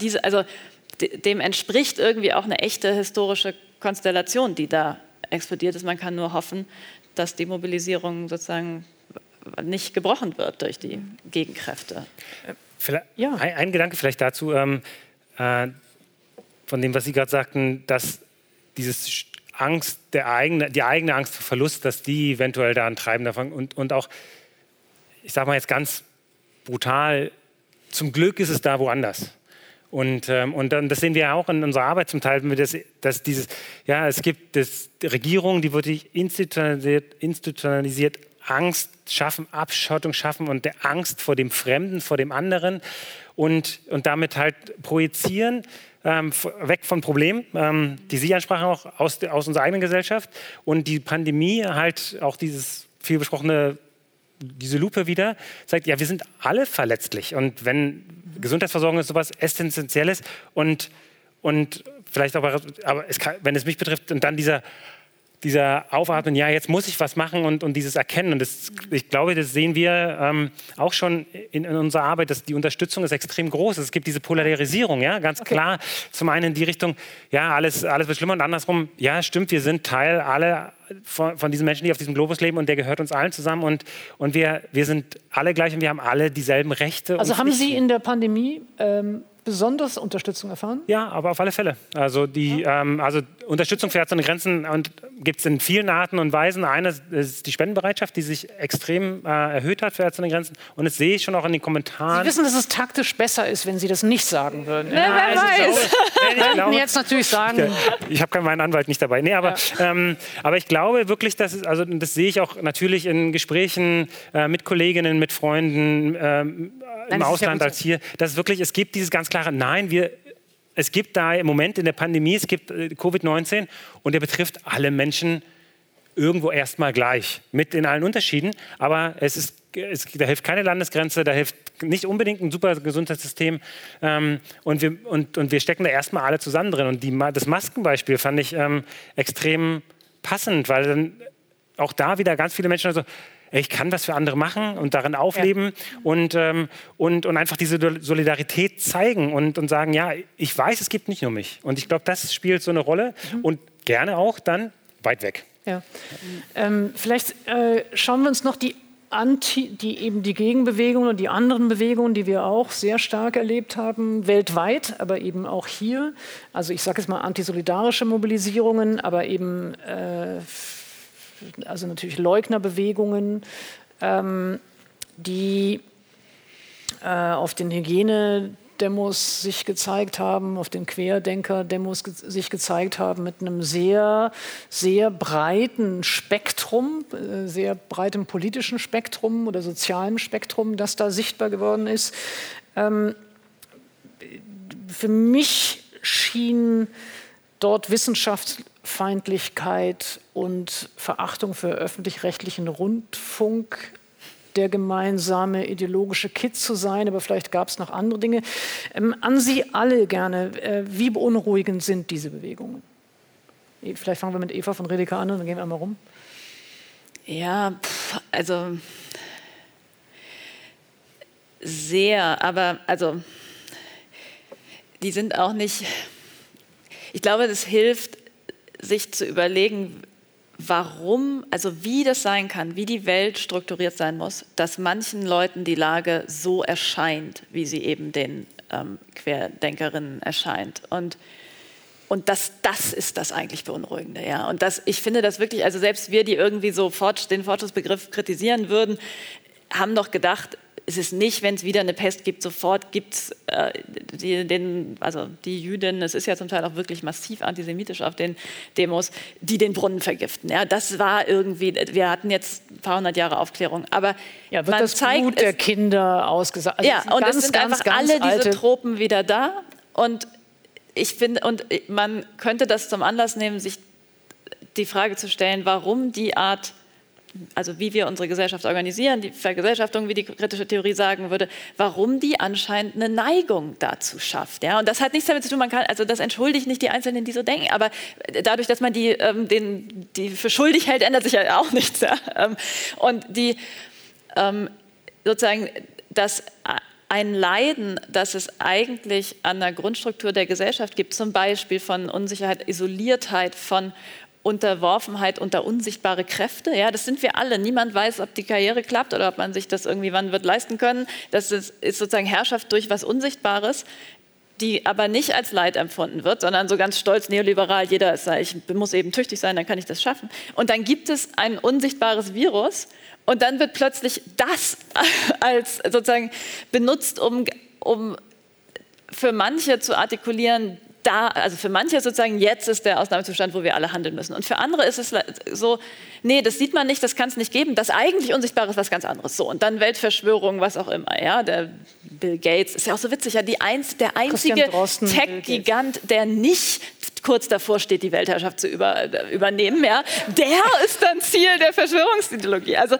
dem entspricht irgendwie auch eine echte historische Konstellation, die da explodiert ist. Man kann nur hoffen, dass die Mobilisierung sozusagen nicht gebrochen wird durch die Gegenkräfte. Ja. Ein Gedanke vielleicht dazu, von dem, was Sie gerade sagten, dass dieses Angst, die eigene Angst vor Verlust, dass die eventuell da ein treibender Fang und auch, ich sage mal jetzt ganz brutal, zum Glück ist es da woanders. Und dann, das sehen wir ja auch in unserer Arbeit zum Teil, dass es gibt die Regierung, die wirklich institutionalisiert Angst schaffen, Abschottung schaffen und der Angst vor dem Fremden, vor dem anderen und damit halt projizieren, weg von Problemen, die Sie ansprachen, auch aus unserer eigenen Gesellschaft. Und die Pandemie halt auch dieses viel besprochene, diese Lupe wieder, sagt, ja, wir sind alle verletzlich. Und wenn Gesundheitsversorgung ist sowas Essentielles und vielleicht auch, aber wenn es mich betrifft, und dann dieser Aufatmen, ja, jetzt muss ich was machen und dieses Erkennen. Und ich glaube, das sehen wir auch schon in unserer Arbeit, dass die Unterstützung ist extrem groß. Es gibt diese Polarisierung, ja, ganz klar. Zum einen in die Richtung, ja, alles wird schlimmer und andersrum, ja, stimmt, wir sind Teil alle von diesen Menschen, die auf diesem Globus leben und der gehört uns allen zusammen und wir sind alle gleich und wir haben alle dieselben Rechte. Also haben Sie in der Pandemie besonders Unterstützung erfahren? Ja, aber auf alle Fälle. Also also Unterstützung für Ärzte ohne Grenzen gibt es in vielen Arten und Weisen. Eine ist die Spendenbereitschaft, die sich extrem erhöht hat für Ärzte ohne Grenzen. Und das sehe ich schon auch in den Kommentaren. Sie wissen, dass es taktisch besser ist, wenn Sie das nicht sagen würden. Wer weiß. Ich glaube, jetzt natürlich sagen. Ich habe meinen Anwalt nicht dabei. Nee, aber ich glaube wirklich, dass das sehe ich auch natürlich in Gesprächen mit Kolleginnen, mit Freunden im Ausland als hier, dass es gibt dieses ganz klare, es gibt da im Moment in der Pandemie, es gibt Covid-19 und der betrifft alle Menschen irgendwo erstmal gleich, mit in allen Unterschieden, aber da hilft keine Landesgrenze, da hilft nicht unbedingt ein super Gesundheitssystem und wir stecken da erstmal alle zusammen drin und das Maskenbeispiel fand ich extrem passend, weil dann auch da wieder ganz viele Menschen ich kann was für andere machen und darin aufleben und einfach diese Solidarität zeigen und sagen, ja, ich weiß, es gibt nicht nur mich. Und ich glaube, das spielt so eine Rolle und gerne auch dann weit weg. Ja. Vielleicht schauen wir uns noch die Gegenbewegungen und die anderen Bewegungen, die wir auch sehr stark erlebt haben, weltweit, aber eben auch hier. Also ich sage jetzt mal antisolidarische Mobilisierungen, aber eben also natürlich Leugnerbewegungen, die auf den Hygienedemos sich gezeigt haben, auf den Querdenker-Demos sich gezeigt haben, mit einem sehr, sehr breiten Spektrum, sehr breitem politischen Spektrum oder sozialem Spektrum, das da sichtbar geworden ist. Für mich schien dort Wissenschaftsfeindlichkeit und Verachtung für öffentlich-rechtlichen Rundfunk der gemeinsame ideologische Kit zu sein, aber vielleicht gab es noch andere Dinge. An Sie alle gerne, wie beunruhigend sind diese Bewegungen? Vielleicht fangen wir mit Eva von Redeker an und dann gehen wir einmal rum. Ja, also sehr, aber also die sind auch nicht, ich glaube, das hilft, sich zu überlegen, warum, also wie das sein kann, wie die Welt strukturiert sein muss, dass manchen Leuten die Lage so erscheint, wie sie eben den Querdenkerinnen erscheint. Und das ist das eigentlich Beunruhigende. Ja. Und ich finde das wirklich, also selbst wir, die irgendwie so den Fortschrittsbegriff kritisieren würden, haben doch gedacht, es ist nicht, wenn es wieder eine Pest gibt, sofort gibt es die Jüdinnen, es ist ja zum Teil auch wirklich massiv antisemitisch auf den Demos, die den Brunnen vergiften. Ja, das war irgendwie, wir hatten jetzt ein paar hundert Jahre Aufklärung, aber ja, wird das Blut der Kinder ausgesagt. Also ja, und es sind einfach alle diese Tropen wieder da und ich finde, und man könnte das zum Anlass nehmen, sich die Frage zu stellen, warum die Art, also wie wir unsere Gesellschaft organisieren, die Vergesellschaftung, wie die kritische Theorie sagen würde, warum die anscheinend eine Neigung dazu schafft. Ja? Und das hat nichts damit zu tun, also das entschuldigt nicht die Einzelnen, die so denken, aber dadurch, dass man die für schuldig hält, ändert sich ja auch nichts. Ja? Und sozusagen das ein Leiden, das es eigentlich an der Grundstruktur der Gesellschaft gibt, zum Beispiel von Unsicherheit, Isoliertheit, von Unterworfenheit unter unsichtbare Kräfte. Ja, das sind wir alle. Niemand weiß, ob die Karriere klappt oder ob man sich das irgendwie wann wird leisten können. Das ist sozusagen Herrschaft durch was Unsichtbares, die aber nicht als Leid empfunden wird, sondern so ganz stolz neoliberal, jeder ist, ich muss eben tüchtig sein, dann kann ich das schaffen. Und dann gibt es ein unsichtbares Virus und dann wird plötzlich das als sozusagen benutzt, um für manche zu artikulieren, also für manche sozusagen, jetzt ist der Ausnahmezustand, wo wir alle handeln müssen. Und für andere ist es so, nee, das sieht man nicht, das kann es nicht geben. Das eigentlich Unsichtbare ist was ganz anderes. So, und dann Weltverschwörung, was auch immer. Ja? Der Bill Gates ist ja auch so witzig. Ja? Der einzige Tech-Gigant, der nicht kurz davor steht, die Weltherrschaft zu übernehmen, ja? Der ist dann Ziel der Verschwörungsideologie. Also,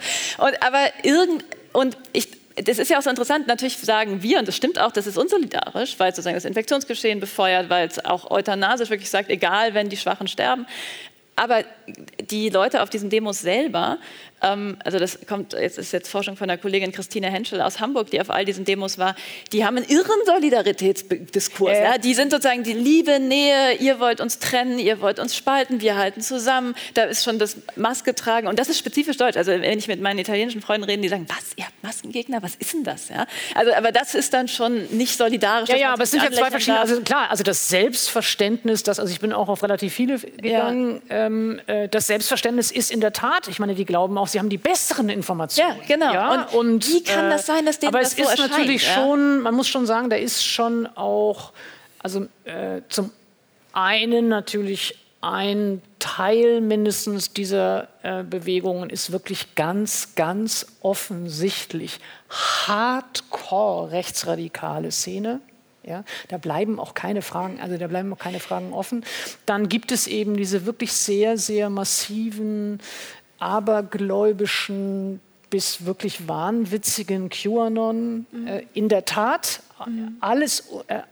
das ist ja auch so interessant, natürlich sagen wir, und das stimmt auch, das ist unsolidarisch, weil es sozusagen das Infektionsgeschehen befeuert, weil es auch euthanasisch wirklich sagt, egal, wenn die Schwachen sterben. Aber die Leute auf diesen Demos selber, also jetzt ist jetzt Forschung von der Kollegin Christine Henschel aus Hamburg, die auf all diesen Demos war, die haben einen irren Solidaritätsdiskurs. Ja. Die sind sozusagen die Liebe, Nähe, ihr wollt uns trennen, ihr wollt uns spalten, wir halten zusammen. Da ist schon das Maske tragen und das ist spezifisch deutsch. Also wenn ich mit meinen italienischen Freunden rede, die sagen, was, ihr habt Maskengegner, was ist denn das? Ja? Also, aber das ist dann schon nicht solidarisch. Ja, aber es sind ja zwei verschiedene, also klar, also das Selbstverständnis, also ich bin auch auf relativ viele gegangen, das Selbstverständnis ist in der Tat, ich meine, die glauben auch, sie haben die besseren Informationen. Ja, genau. Ja? Und wie kann das sein, dass denen das so erscheint? Aber es ist natürlich schon, man muss schon sagen, da ist schon auch, also zum einen natürlich ein Teil mindestens dieser Bewegungen ist wirklich ganz, ganz offensichtlich hardcore rechtsradikale Szene. Ja, da bleiben auch keine Fragen, offen. Dann gibt es eben diese wirklich sehr, sehr massiven, abergläubischen bis wirklich wahnwitzigen QAnon. In der Tat, alles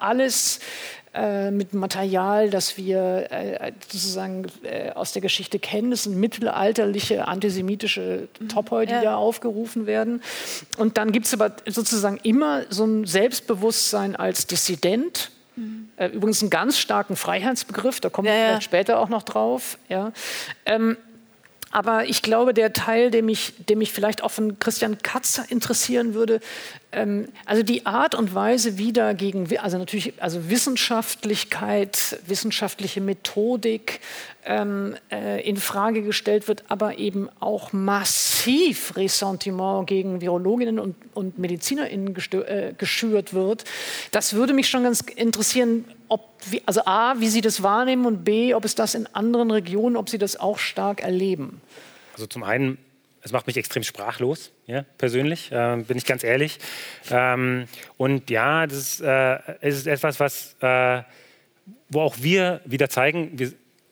mit Material, das wir sozusagen aus der Geschichte kennen. Das sind mittelalterliche antisemitische Topoi, die da aufgerufen werden. Und dann gibt es aber sozusagen immer so ein Selbstbewusstsein als Dissident. Übrigens einen ganz starken Freiheitsbegriff, da kommen wir vielleicht später auch noch drauf. Ja. Aber ich glaube, der Teil, der mich vielleicht auch von Christian Katzer interessieren würde, also die Art und Weise, wie dagegen, also natürlich, also Wissenschaftlichkeit, wissenschaftliche Methodik in Frage gestellt wird, aber eben auch massiv Ressentiment gegen Virologinnen und MedizinerInnen geschürt wird. Das würde mich schon ganz interessieren, also A, wie Sie das wahrnehmen und B, ob es das in anderen Regionen, ob Sie das auch stark erleben. Also zum einen, es macht mich extrem sprachlos, ja, persönlich, bin ich ganz ehrlich. Und ja, das ist etwas, wo auch wir wieder zeigen,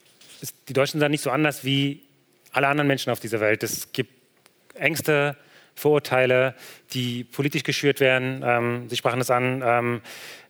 die Deutschen sind nicht so anders wie alle anderen Menschen auf dieser Welt. Es gibt Ängste, Vorurteile, die politisch geschürt werden. Sie sprachen es an.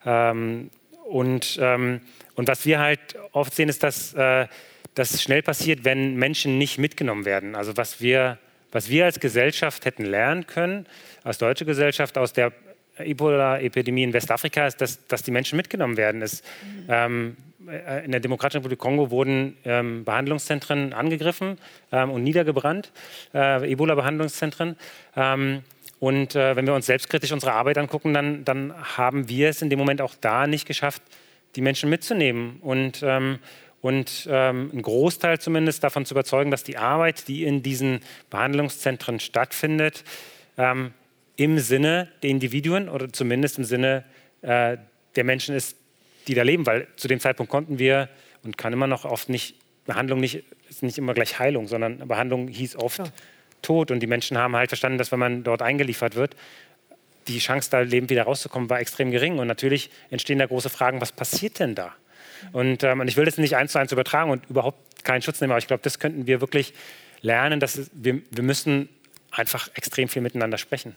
Und was wir halt oft sehen, ist, dass das schnell passiert, wenn Menschen nicht mitgenommen werden. Also was wir als Gesellschaft hätten lernen können, als deutsche Gesellschaft, aus der Ebola-Epidemie in Westafrika, ist, dass die Menschen mitgenommen werden. In der Demokratischen Republik Kongo wurden Behandlungszentren angegriffen und niedergebrannt, Ebola-Behandlungszentren. Und wenn wir uns selbstkritisch unsere Arbeit angucken, dann haben wir es in dem Moment auch da nicht geschafft, die Menschen mitzunehmen und einen Großteil zumindest davon zu überzeugen, dass die Arbeit, die in diesen Behandlungszentren stattfindet, im Sinne der Individuen oder zumindest im Sinne der Menschen ist, die da leben. Weil zu dem Zeitpunkt konnten wir und kann immer noch oft nicht, Behandlung ist nicht immer gleich Heilung, sondern Behandlung hieß oft Tod. Und die Menschen haben halt verstanden, dass wenn man dort eingeliefert wird, die Chance, da lebend wieder rauszukommen, war extrem gering. Und natürlich entstehen da große Fragen, was passiert denn da? Und ich will das nicht 1:1 übertragen und überhaupt keinen Schutz nehmen, aber ich glaube, das könnten wir wirklich lernen, dass wir müssen einfach extrem viel miteinander sprechen.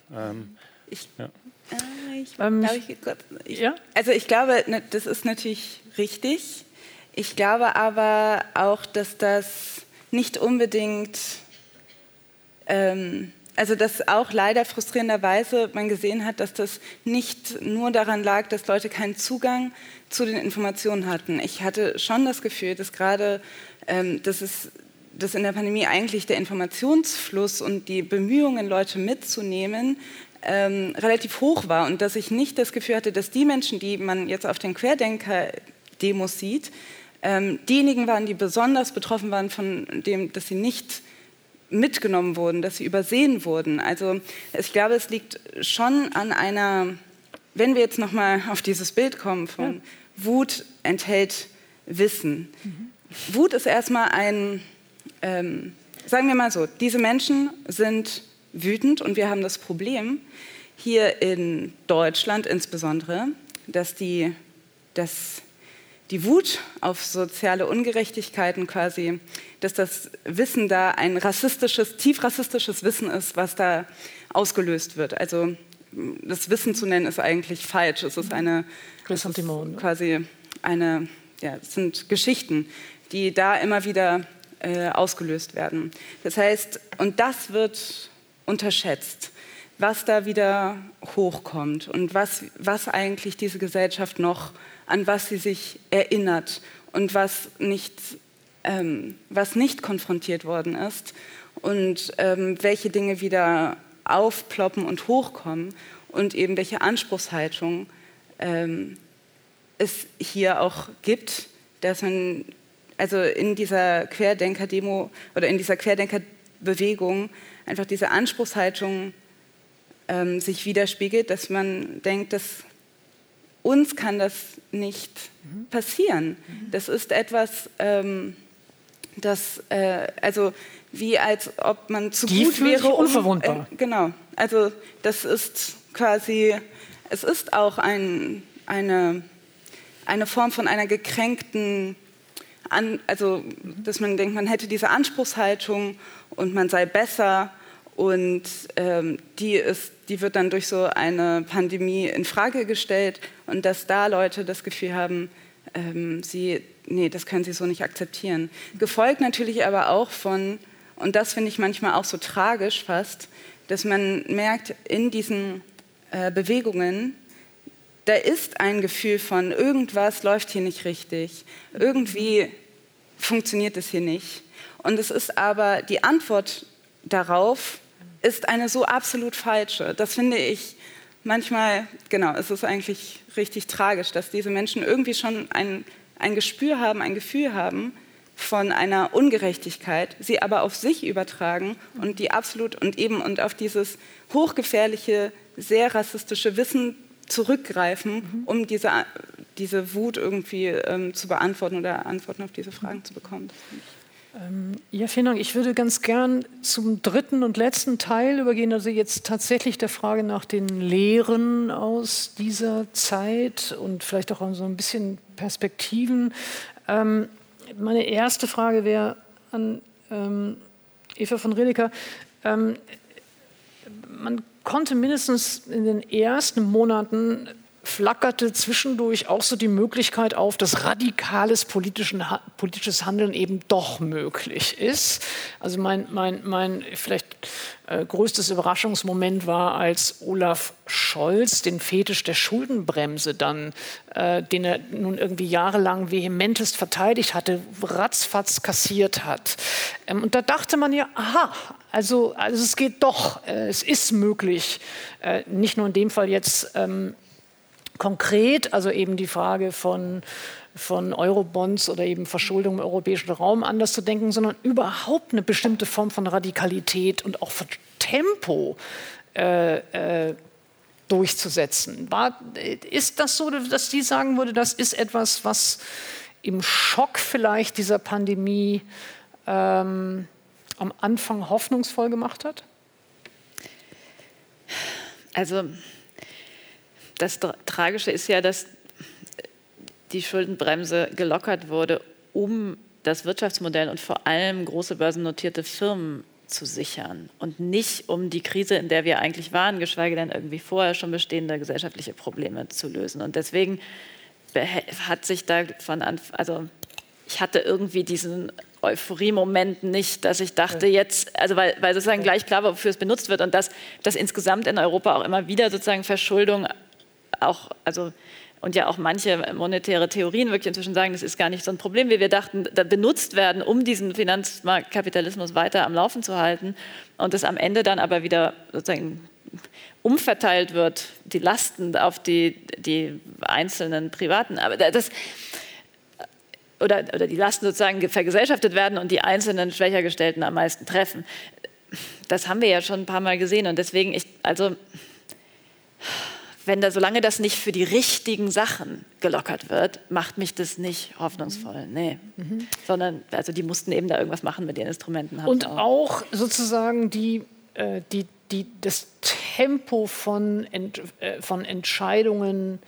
Also ich glaube, das ist natürlich richtig. Ich glaube aber auch, dass das nicht unbedingt, also dass auch leider frustrierenderweise man gesehen hat, dass das nicht nur daran lag, dass Leute keinen Zugang zu den Informationen hatten. Ich hatte schon das Gefühl, dass gerade, dass in der Pandemie eigentlich der Informationsfluss und die Bemühungen, Leute mitzunehmen, relativ hoch war und dass ich nicht das Gefühl hatte, dass die Menschen, die man jetzt auf den Querdenker-Demos sieht, diejenigen waren, die besonders betroffen waren von dem, dass sie nicht mitgenommen wurden, dass sie übersehen wurden. Also ich glaube, es liegt schon an einer, wenn wir jetzt nochmal auf dieses Bild kommen von Wut enthält Wissen. Wut ist erstmal sagen wir mal so, diese Menschen sind wütend und wir haben das Problem, hier in Deutschland insbesondere, dass die Wut auf soziale Ungerechtigkeiten quasi, dass das Wissen da ein tief rassistisches Wissen ist, was da ausgelöst wird. Also das Wissen zu nennen ist eigentlich falsch. Es ist es sind Geschichten, die da immer wieder ausgelöst werden. Das heißt, und das wird unterschätzt, was da wieder hochkommt und was eigentlich diese Gesellschaft noch, an was sie sich erinnert und was nicht konfrontiert worden ist und welche Dinge wieder aufploppen und hochkommen und eben welche Anspruchshaltung es hier auch gibt, dass man also in dieser Querdenker-Demo oder in dieser Querdenker-Bewegung einfach diese Anspruchshaltung sich widerspiegelt, dass man denkt, dass uns kann das nicht passieren. Das ist etwas, also wie als ob man zu Die gut wäre. Unverwundbar. Genau. Also das ist quasi, es ist auch eine Form von einer gekränkten, also dass man denkt, man hätte diese Anspruchshaltung und man sei besser und die wird dann durch so eine Pandemie in Frage gestellt und dass da Leute das Gefühl haben, das können sie so nicht akzeptieren. Gefolgt natürlich aber auch von, und das finde ich manchmal auch so tragisch fast, dass man merkt, in diesen Bewegungen, da ist ein Gefühl von, irgendwas läuft hier nicht richtig, irgendwie funktioniert es hier nicht. Und es ist aber, die Antwort darauf ist eine so absolut falsche. Das finde ich manchmal, genau, es ist eigentlich richtig tragisch, dass diese Menschen irgendwie schon ein Gespür haben, ein Gefühl haben von einer Ungerechtigkeit, sie aber auf sich übertragen und die absolut und auf dieses hochgefährliche, sehr rassistische Wissen zurückgreifen, um diese Wut irgendwie zu beantworten oder Antworten auf diese Fragen zu bekommen. Ja, vielen Dank. Ich würde ganz gern zum dritten und letzten Teil übergehen, also jetzt tatsächlich der Frage nach den Lehren aus dieser Zeit und vielleicht auch so ein bisschen Perspektiven. Meine erste Frage wäre an Eva von Rielecker. man konnte mindestens in den ersten Monaten flackerte zwischendurch auch so die Möglichkeit auf, dass radikales politisches Handeln eben doch möglich ist. Also mein vielleicht größtes Überraschungsmoment war, als Olaf Scholz den Fetisch der Schuldenbremse dann, den er nun irgendwie jahrelang vehementest verteidigt hatte, ratzfatz kassiert hat. Und da dachte man ja, aha, also es geht doch, es ist möglich, nicht nur in dem Fall jetzt konkret, also eben die Frage von Eurobonds oder eben Verschuldung im europäischen Raum anders zu denken, sondern überhaupt eine bestimmte Form von Radikalität und auch von Tempo durchzusetzen. Ist das so, dass die sagen würde, das ist etwas, was im Schock vielleicht dieser Pandemie am Anfang hoffnungsvoll gemacht hat? Also das Tragische ist ja, dass die Schuldenbremse gelockert wurde, um das Wirtschaftsmodell und vor allem große börsennotierte Firmen zu sichern und nicht um die Krise, in der wir eigentlich waren, geschweige denn irgendwie vorher schon bestehende gesellschaftliche Probleme zu lösen. Und deswegen hat sich da also ich hatte irgendwie diesen Euphorie-Moment nicht, dass ich dachte jetzt, also weil sozusagen gleich klar war, wofür es benutzt wird und dass insgesamt in Europa auch immer wieder sozusagen Verschuldung auch, also und ja auch manche monetäre Theorien wirklich inzwischen sagen, das ist gar nicht so ein Problem, wie wir dachten, da benutzt werden, um diesen Finanzmarktkapitalismus weiter am Laufen zu halten und es am Ende dann aber wieder sozusagen umverteilt wird, die Lasten auf die einzelnen Privaten, aber oder die Lasten sozusagen vergesellschaftet werden und die einzelnen schwächer Gestellten am meisten treffen. Das haben wir ja schon ein paar Mal gesehen und deswegen, solange das nicht für die richtigen Sachen gelockert wird, macht mich das nicht hoffnungsvoll. Nee. Sondern, also die mussten eben da irgendwas machen mit ihren Instrumenten. Und auch sozusagen das Tempo von Entscheidungen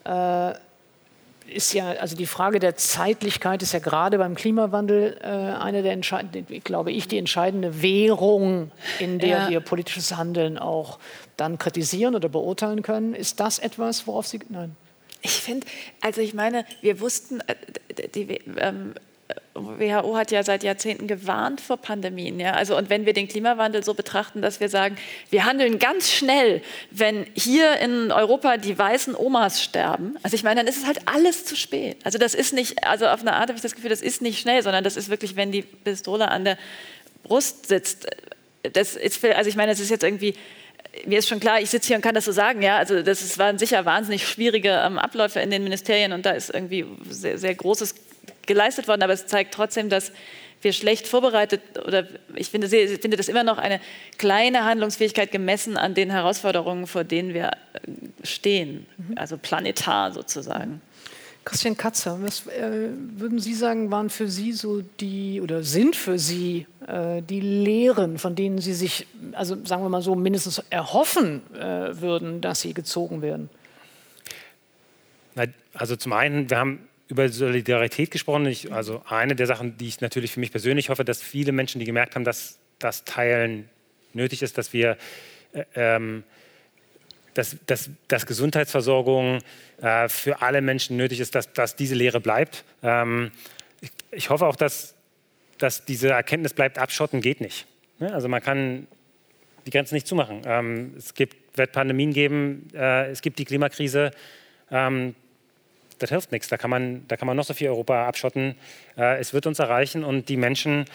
ist ja, also die Frage der Zeitlichkeit ist ja gerade beim Klimawandel eine der die entscheidende Währung, in der wir politisches Handeln auch dann kritisieren oder beurteilen können. Ist das etwas, worauf Sie... Nein. Ich finde, also ich meine, wir wussten, die WHO hat ja seit Jahrzehnten gewarnt vor Pandemien. Ja? Also, und wenn wir den Klimawandel so betrachten, dass wir sagen, wir handeln ganz schnell, wenn hier in Europa die weißen Omas sterben, also ich meine, dann ist es halt alles zu spät. Also das ist nicht, also auf eine Art habe ich das Gefühl, das ist nicht schnell, sondern das ist wirklich, wenn die Pistole an der Brust sitzt. Das ist, also ich meine, es ist jetzt irgendwie, mir ist schon klar, ich sitze hier und kann das so sagen, ja, also waren sicher wahnsinnig schwierige Abläufe in den Ministerien und da ist irgendwie sehr, sehr Großes geleistet worden, aber es zeigt trotzdem, dass wir schlecht vorbereitet, oder ich finde das immer noch eine kleine Handlungsfähigkeit gemessen an den Herausforderungen, vor denen wir stehen, also planetar sozusagen. Christian Katzer, was würden Sie sagen, waren für Sie so sind für Sie die Lehren, von denen Sie sich, also sagen wir mal so, mindestens erhoffen würden, dass sie gezogen werden? Also zum einen, wir haben über Solidarität gesprochen. Also eine der Sachen, die ich natürlich für mich persönlich hoffe, dass viele Menschen, die gemerkt haben, dass das Teilen nötig ist, dass wir dass Gesundheitsversorgung für alle Menschen nötig ist, dass diese Lehre bleibt. Ich hoffe auch, dass diese Erkenntnis bleibt, abschotten geht nicht. Also man kann die Grenzen nicht zumachen. Wird Pandemien geben, es gibt die Klimakrise. Das hilft nichts. Da kann man noch so viel Europa abschotten. Es wird uns erreichen und die Menschen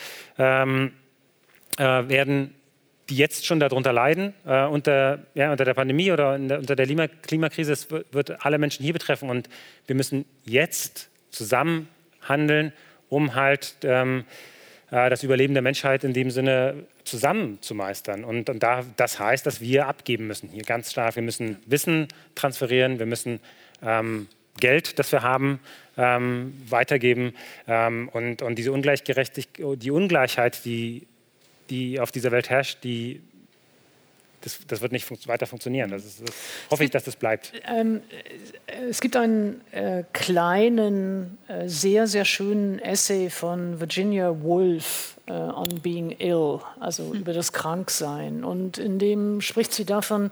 werden, die jetzt schon darunter leiden, unter der Pandemie oder unter der Klimakrise, es wird alle Menschen hier betreffen. Und wir müssen jetzt zusammen handeln, um halt das Überleben der Menschheit in dem Sinne zusammen zu meistern. Und das heißt, dass wir abgeben müssen, hier ganz stark. Wir müssen Wissen transferieren, wir müssen Geld, das wir haben, weitergeben. Und diese Ungleichheit, die auf dieser Welt herrscht, die das wird nicht weiter funktionieren. Das hoffe ich, dass das bleibt. Es gibt einen kleinen, sehr, sehr schönen Essay von Virginia Woolf on being ill, also über das Kranksein. Und in dem spricht sie davon,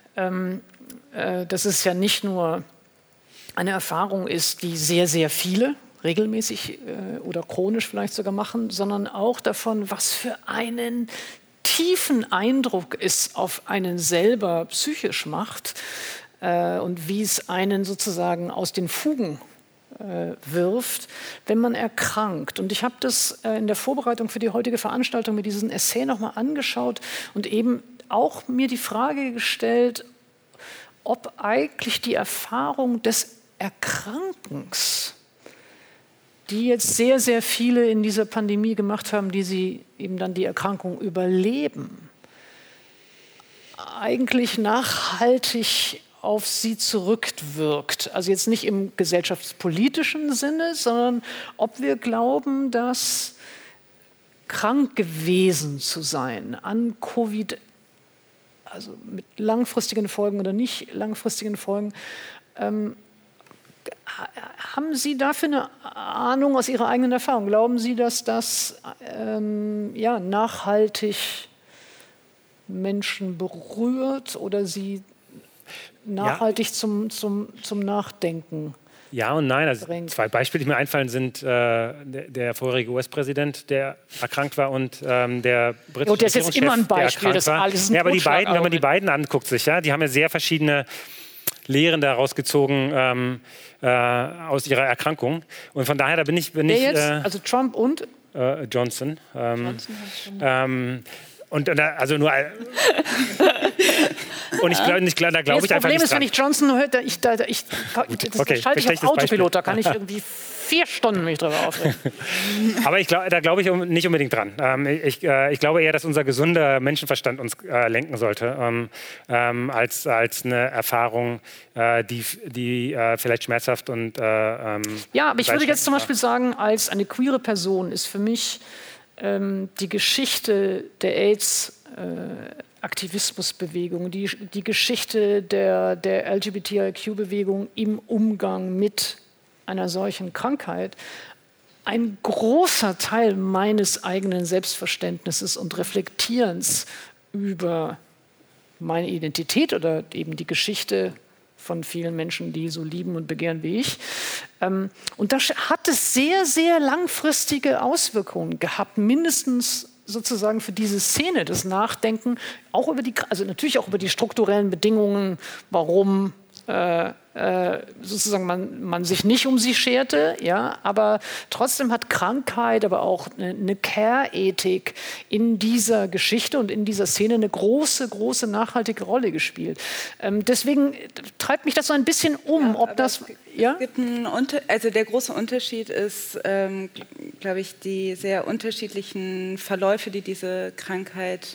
dass es ja nicht nur eine Erfahrung ist, die sehr, sehr viele regelmäßig oder chronisch vielleicht sogar machen, sondern auch davon, was für einen tiefen Eindruck es auf einen selber psychisch macht und wie es einen sozusagen aus den Fugen wirft, wenn man erkrankt. Und ich habe das in der Vorbereitung für die heutige Veranstaltung mit diesem Essay nochmal angeschaut und eben auch mir die Frage gestellt, ob eigentlich die Erfahrung des Erkrankens, die jetzt sehr, sehr viele in dieser Pandemie gemacht haben, die sie eben dann die Erkrankung überleben, eigentlich nachhaltig auf sie zurückwirkt. Also jetzt nicht im gesellschaftspolitischen Sinne, sondern ob wir glauben, dass krank gewesen zu sein an Covid, also mit langfristigen Folgen oder nicht langfristigen Folgen, haben Sie dafür eine Ahnung aus Ihrer eigenen Erfahrung? Glauben Sie, dass das nachhaltig Menschen berührt oder sie nachhaltig zum Nachdenken? Ja und nein. Also bringt? 2 Beispiele, die mir einfallen, sind der vorherige US-Präsident, der erkrankt war, und der britische das ist jetzt immer ein Beispiel. Das alles ist ein aber die beiden, wenn man die beiden anguckt, sich, die haben ja sehr verschiedene Lehren daraus gezogen aus ihrer Erkrankung. Und von daher, da bin ich also Trump und? Johnson. Also nur. Und da glaube ich einfach nicht. Das Problem ist, wenn ich Johnson höre, das schalte ich auf Autopilot, da kann ich irgendwie 4 Stunden mich drüber aufregen. Aber da glaube ich nicht unbedingt dran. Ich glaube eher, dass unser gesunder Menschenverstand uns lenken sollte, als eine Erfahrung, die vielleicht schmerzhaft und ja, aber ich würde jetzt zum Beispiel sagen, als eine queere Person ist für mich die Geschichte der AIDS-Aktivismusbewegung, die Geschichte der LGBTIQ-Bewegung im Umgang mit einer solchen Krankheit ein großer Teil meines eigenen Selbstverständnisses und Reflektierens über meine Identität oder eben die Geschichte von vielen Menschen, die so lieben und begehren wie ich. Und das hat es sehr, sehr langfristige Auswirkungen gehabt, mindestens sozusagen für diese Szene, das Nachdenken, auch also natürlich auch über die strukturellen Bedingungen, warum sozusagen man sich nicht um sie scherte, ja, aber trotzdem hat Krankheit, aber auch eine Care-Ethik in dieser Geschichte und in dieser Szene eine große, große nachhaltige Rolle gespielt. Deswegen treibt mich das so ein bisschen um, ob das... Ja? Es gibt also der große Unterschied ist, glaube ich, die sehr unterschiedlichen Verläufe, die diese Krankheit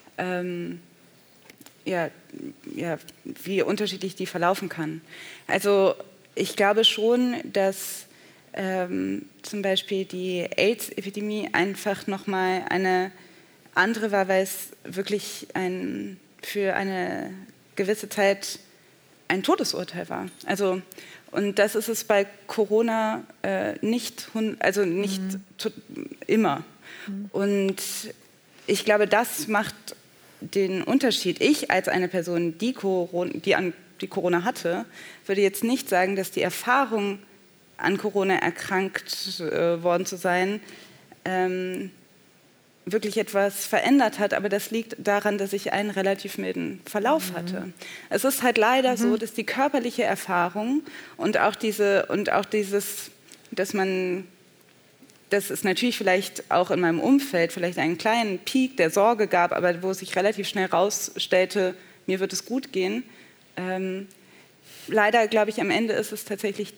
wie unterschiedlich die verlaufen kann. Also ich glaube schon, dass zum Beispiel die AIDS-Epidemie einfach nochmal eine andere war, weil es wirklich für eine gewisse Zeit ein Todesurteil war. Also, und das ist es bei Corona nicht immer. Und ich glaube, das macht den Unterschied. Ich als eine Person, die Corona hatte, würde jetzt nicht sagen, dass die Erfahrung, an Corona erkrankt worden zu sein, wirklich etwas verändert hat, aber das liegt daran, dass ich einen relativ milden Verlauf hatte. Es ist halt leider so, dass die körperliche Erfahrung und auch dieses, dass es natürlich vielleicht auch in meinem Umfeld vielleicht einen kleinen Peak der Sorge gab, aber wo sich relativ schnell herausstellte, mir wird es gut gehen. Leider, glaube ich, am Ende ist es tatsächlich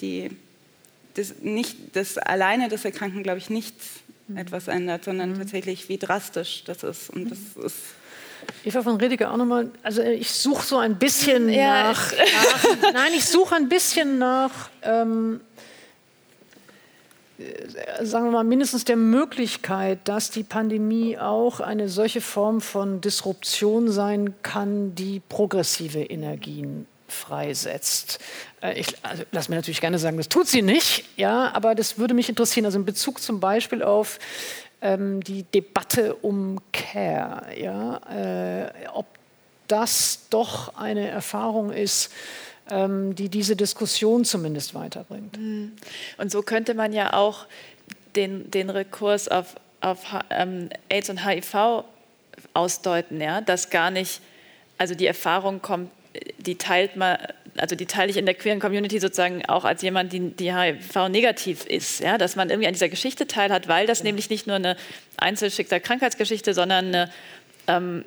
das alleine des Erkrankten, glaube ich, nichts etwas ändert, sondern tatsächlich, wie drastisch das ist. Und das ist Eva von Rediger auch nochmal, also ich suche so ein bisschen ich suche ein bisschen nach sagen wir mal, mindestens der Möglichkeit, dass die Pandemie auch eine solche Form von Disruption sein kann, die progressive Energien freisetzt. Lass mir natürlich gerne sagen, das tut sie nicht, ja, aber das würde mich interessieren, also in Bezug zum Beispiel auf die Debatte um Care, ja, ob das doch eine Erfahrung ist, die diese Diskussion zumindest weiterbringt. Und so könnte man ja auch den Rekurs auf AIDS und HIV ausdeuten, ja, dass gar nicht, also die Erfahrung kommt, die teile ich in der queeren Community sozusagen auch als jemand, die HIV-negativ ist, ja, dass man irgendwie an dieser Geschichte teilhat, weil das nämlich nicht nur eine Einzelschicksal-Krankheitsgeschichte, sondern eine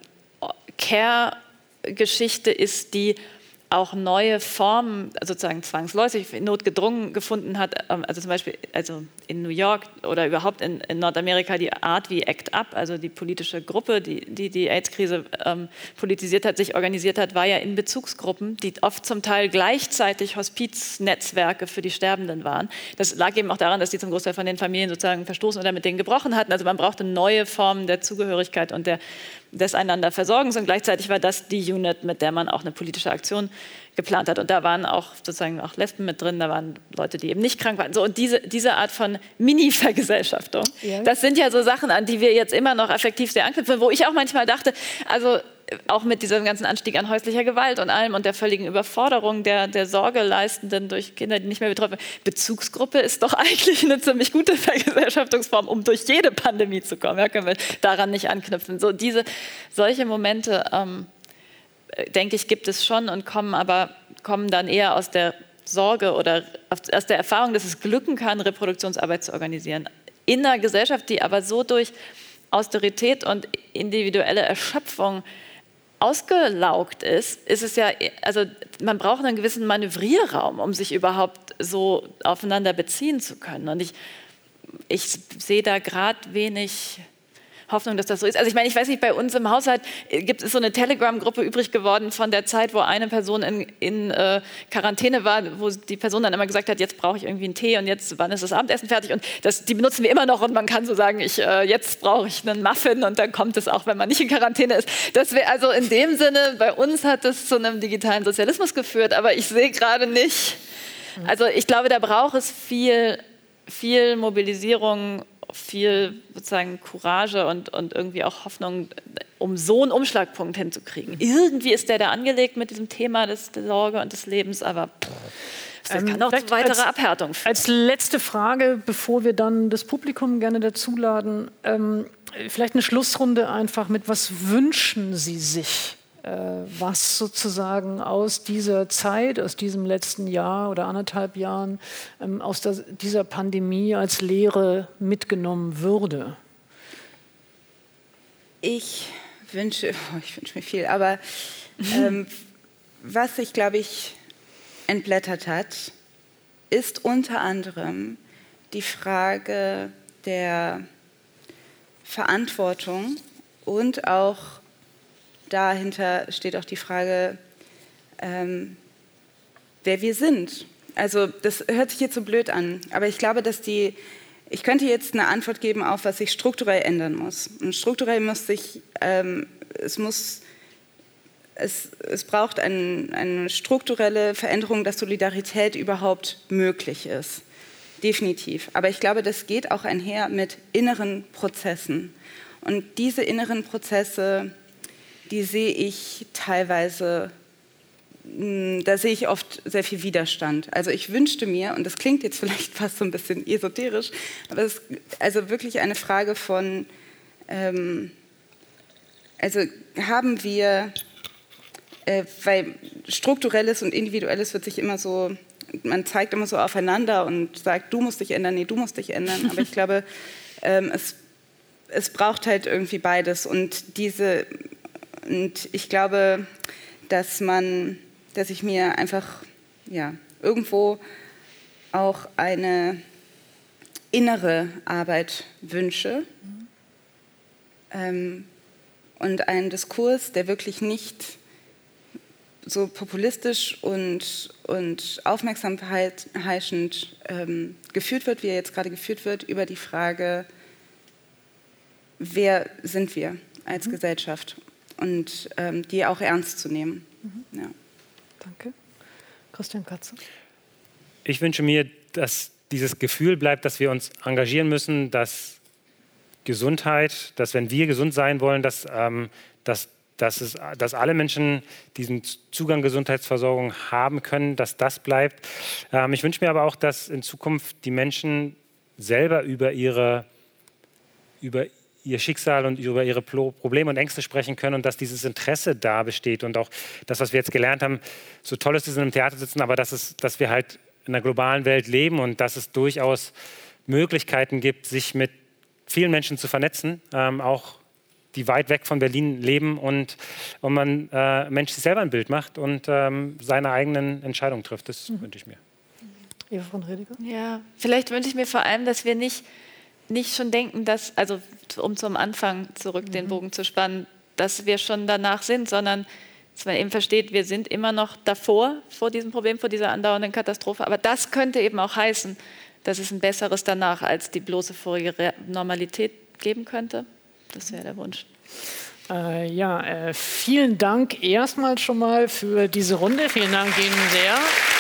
Care-Geschichte ist, die auch neue Formen, sozusagen zwangsläufig notgedrungen gefunden hat, also zum Beispiel in New York oder überhaupt in Nordamerika die Art wie ACT UP, also die politische Gruppe, die AIDS-Krise politisiert hat, sich organisiert hat, war ja in Bezugsgruppen, die oft zum Teil gleichzeitig Hospiznetzwerke für die Sterbenden waren. Das lag eben auch daran, dass die zum Großteil von den Familien sozusagen verstoßen oder mit denen gebrochen hatten. Also man brauchte neue Formen der Zugehörigkeit und des einander Versorgens und gleichzeitig war das die Unit, mit der man auch eine politische Aktion geplant hat. Und da waren auch sozusagen auch Lesben mit drin, da waren Leute, die eben nicht krank waren. So, und diese Art von Mini-Vergesellschaftung, das sind ja so Sachen, an die wir jetzt immer noch effektiv sehr anknüpfen, wo ich auch manchmal dachte, also auch mit diesem ganzen Anstieg an häuslicher Gewalt und allem und der völligen Überforderung der Sorgeleistenden durch Kinder, die nicht mehr betroffen sind. Bezugsgruppe ist doch eigentlich eine ziemlich gute Vergesellschaftungsform, um durch jede Pandemie zu kommen. Ja, können wir daran nicht anknüpfen. So, solche Momente, denke ich, gibt es schon und kommen dann eher aus der Sorge oder aus der Erfahrung, dass es glücken kann, Reproduktionsarbeit zu organisieren. In einer Gesellschaft, die aber so durch Austerität und individuelle Erschöpfung ausgelaugt ist es ja, also man braucht einen gewissen Manövrierraum, um sich überhaupt so aufeinander beziehen zu können. Und ich sehe da gerade wenig Hoffnung, dass das so ist. Also ich meine, ich weiß nicht, bei uns im Haushalt ist so eine Telegram-Gruppe übrig geworden von der Zeit, wo eine Person in Quarantäne war, wo die Person dann immer gesagt hat, jetzt brauche ich irgendwie einen Tee und wann ist das Abendessen fertig? Und die benutzen wir immer noch und man kann so sagen, jetzt brauche ich einen Muffin und dann kommt es auch, wenn man nicht in Quarantäne ist. Das wäre also in dem Sinne, bei uns hat es zu einem digitalen Sozialismus geführt, aber ich sehe gerade nicht, also ich glaube, da braucht es viel Mobilisierung, viel sozusagen Courage und irgendwie auch Hoffnung, um so einen Umschlagpunkt hinzukriegen. Irgendwie ist der angelegt mit diesem Thema der Sorge und des Lebens, aber das kann auch zu weiterer Abhärtung führen. Als letzte Frage, bevor wir dann das Publikum gerne dazuladen, vielleicht eine Schlussrunde einfach mit, was wünschen Sie sich, was sozusagen aus dieser Zeit, aus diesem letzten Jahr oder 1,5 Jahren, aus dieser Pandemie als Lehre mitgenommen würde? Ich wünsche mir viel, aber was sich, glaube ich, entblättert hat, ist unter anderem die Frage der Verantwortung und auch dahinter steht auch die Frage, wer wir sind. Also das hört sich jetzt so blöd an, aber ich glaube, ich könnte jetzt eine Antwort geben auf, was sich strukturell ändern muss. Und strukturell muss sich, es braucht eine strukturelle Veränderung, dass Solidarität überhaupt möglich ist. Definitiv. Aber ich glaube, das geht auch einher mit inneren Prozessen. Und diese inneren Prozesse, die sehe ich teilweise, da sehe ich oft sehr viel Widerstand. Also ich wünschte mir, und das klingt jetzt vielleicht fast so ein bisschen esoterisch, aber es ist also wirklich eine Frage von, also haben wir, weil Strukturelles und Individuelles wird sich immer so, man zeigt immer so aufeinander und sagt, du musst dich ändern, nee, du musst dich ändern. Aber ich glaube, es braucht halt irgendwie beides. Und ich glaube, dass ich mir einfach irgendwo auch eine innere Arbeit wünsche und einen Diskurs, der wirklich nicht so populistisch und Aufmerksamkeit heischend geführt wird, wie er jetzt gerade geführt wird, über die Frage, wer sind wir als Gesellschaft und die auch ernst zu nehmen. Ja. Danke. Christian Katze. Ich wünsche mir, dass dieses Gefühl bleibt, dass wir uns engagieren müssen, dass Gesundheit, dass wenn wir gesund sein wollen, dass alle Menschen diesen Zugang Gesundheitsversorgung haben können, dass das bleibt. Ich wünsche mir aber auch, dass in Zukunft die Menschen selber über ihr Schicksal und über ihre Probleme und Ängste sprechen können und dass dieses Interesse da besteht und auch das, was wir jetzt gelernt haben, so toll ist es, in einem Theater sitzen, aber dass wir halt in einer globalen Welt leben und dass es durchaus Möglichkeiten gibt, sich mit vielen Menschen zu vernetzen, auch die weit weg von Berlin leben und man Mensch sich selber ein Bild macht und seine eigenen Entscheidungen trifft. Das wünsche ich mir. Eva von Rediger? Ja, vielleicht wünsche ich mir vor allem, dass wir nicht schon denken, dass, also um zum Anfang zurück den Bogen zu spannen, dass wir schon danach sind, sondern dass man eben versteht, wir sind immer noch davor, vor diesem Problem, vor dieser andauernden Katastrophe. Aber das könnte eben auch heißen, dass es ein besseres danach als die bloße vorige Normalität geben könnte. Das wäre der Wunsch. Vielen Dank erstmal schon mal für diese Runde. Vielen Dank Ihnen sehr.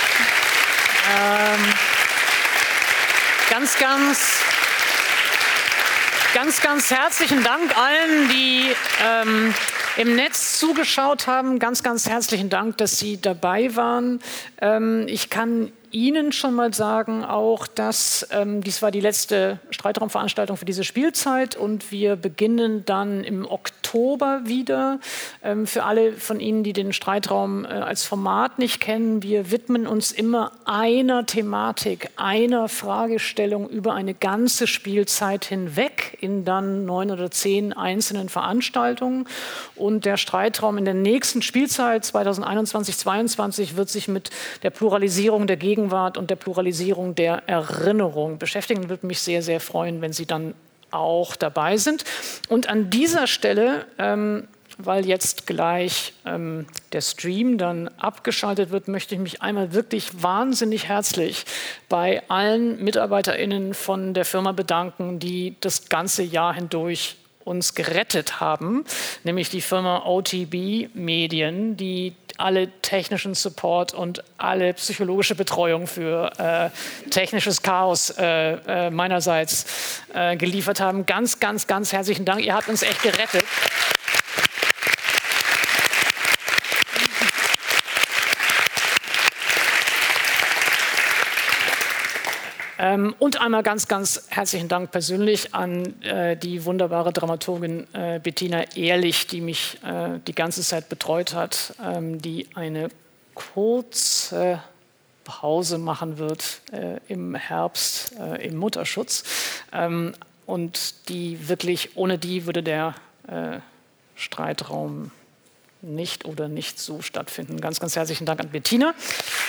Ganz herzlichen Dank allen, die im Netz zugeschaut haben. Ganz herzlichen Dank, dass Sie dabei waren. Ich kann Ihnen schon mal sagen auch, dass dies war die letzte Streitraumveranstaltung für diese Spielzeit und wir beginnen dann im Oktober wieder. Für alle von Ihnen, die den Streitraum als Format nicht kennen, wir widmen uns immer einer Thematik, einer Fragestellung über eine ganze Spielzeit hinweg in dann 9 oder 10 einzelnen Veranstaltungen. Und der Streitraum in der nächsten Spielzeit 2021/22 wird sich mit der Pluralisierung der Gegenwart und der Pluralisierung der Erinnerung beschäftigen. Würde mich sehr, sehr freuen, wenn Sie dann auch dabei sind. Und an dieser Stelle, weil jetzt gleich der Stream dann abgeschaltet wird, möchte ich mich einmal wirklich wahnsinnig herzlich bei allen MitarbeiterInnen von der Firma bedanken, die das ganze Jahr hindurch uns gerettet haben, nämlich die Firma OTB Medien, die alle technischen Support und alle psychologische Betreuung für technisches Chaos meinerseits geliefert haben. Ganz herzlichen Dank. Ihr habt uns echt gerettet. Und einmal ganz herzlichen Dank persönlich an die wunderbare Dramaturgin Bettina Ehrlich, die mich die ganze Zeit betreut hat, die eine kurze Pause machen wird im Herbst im Mutterschutz. Und die wirklich, ohne die würde der Streitraum nicht so stattfinden. Ganz herzlichen Dank an Bettina.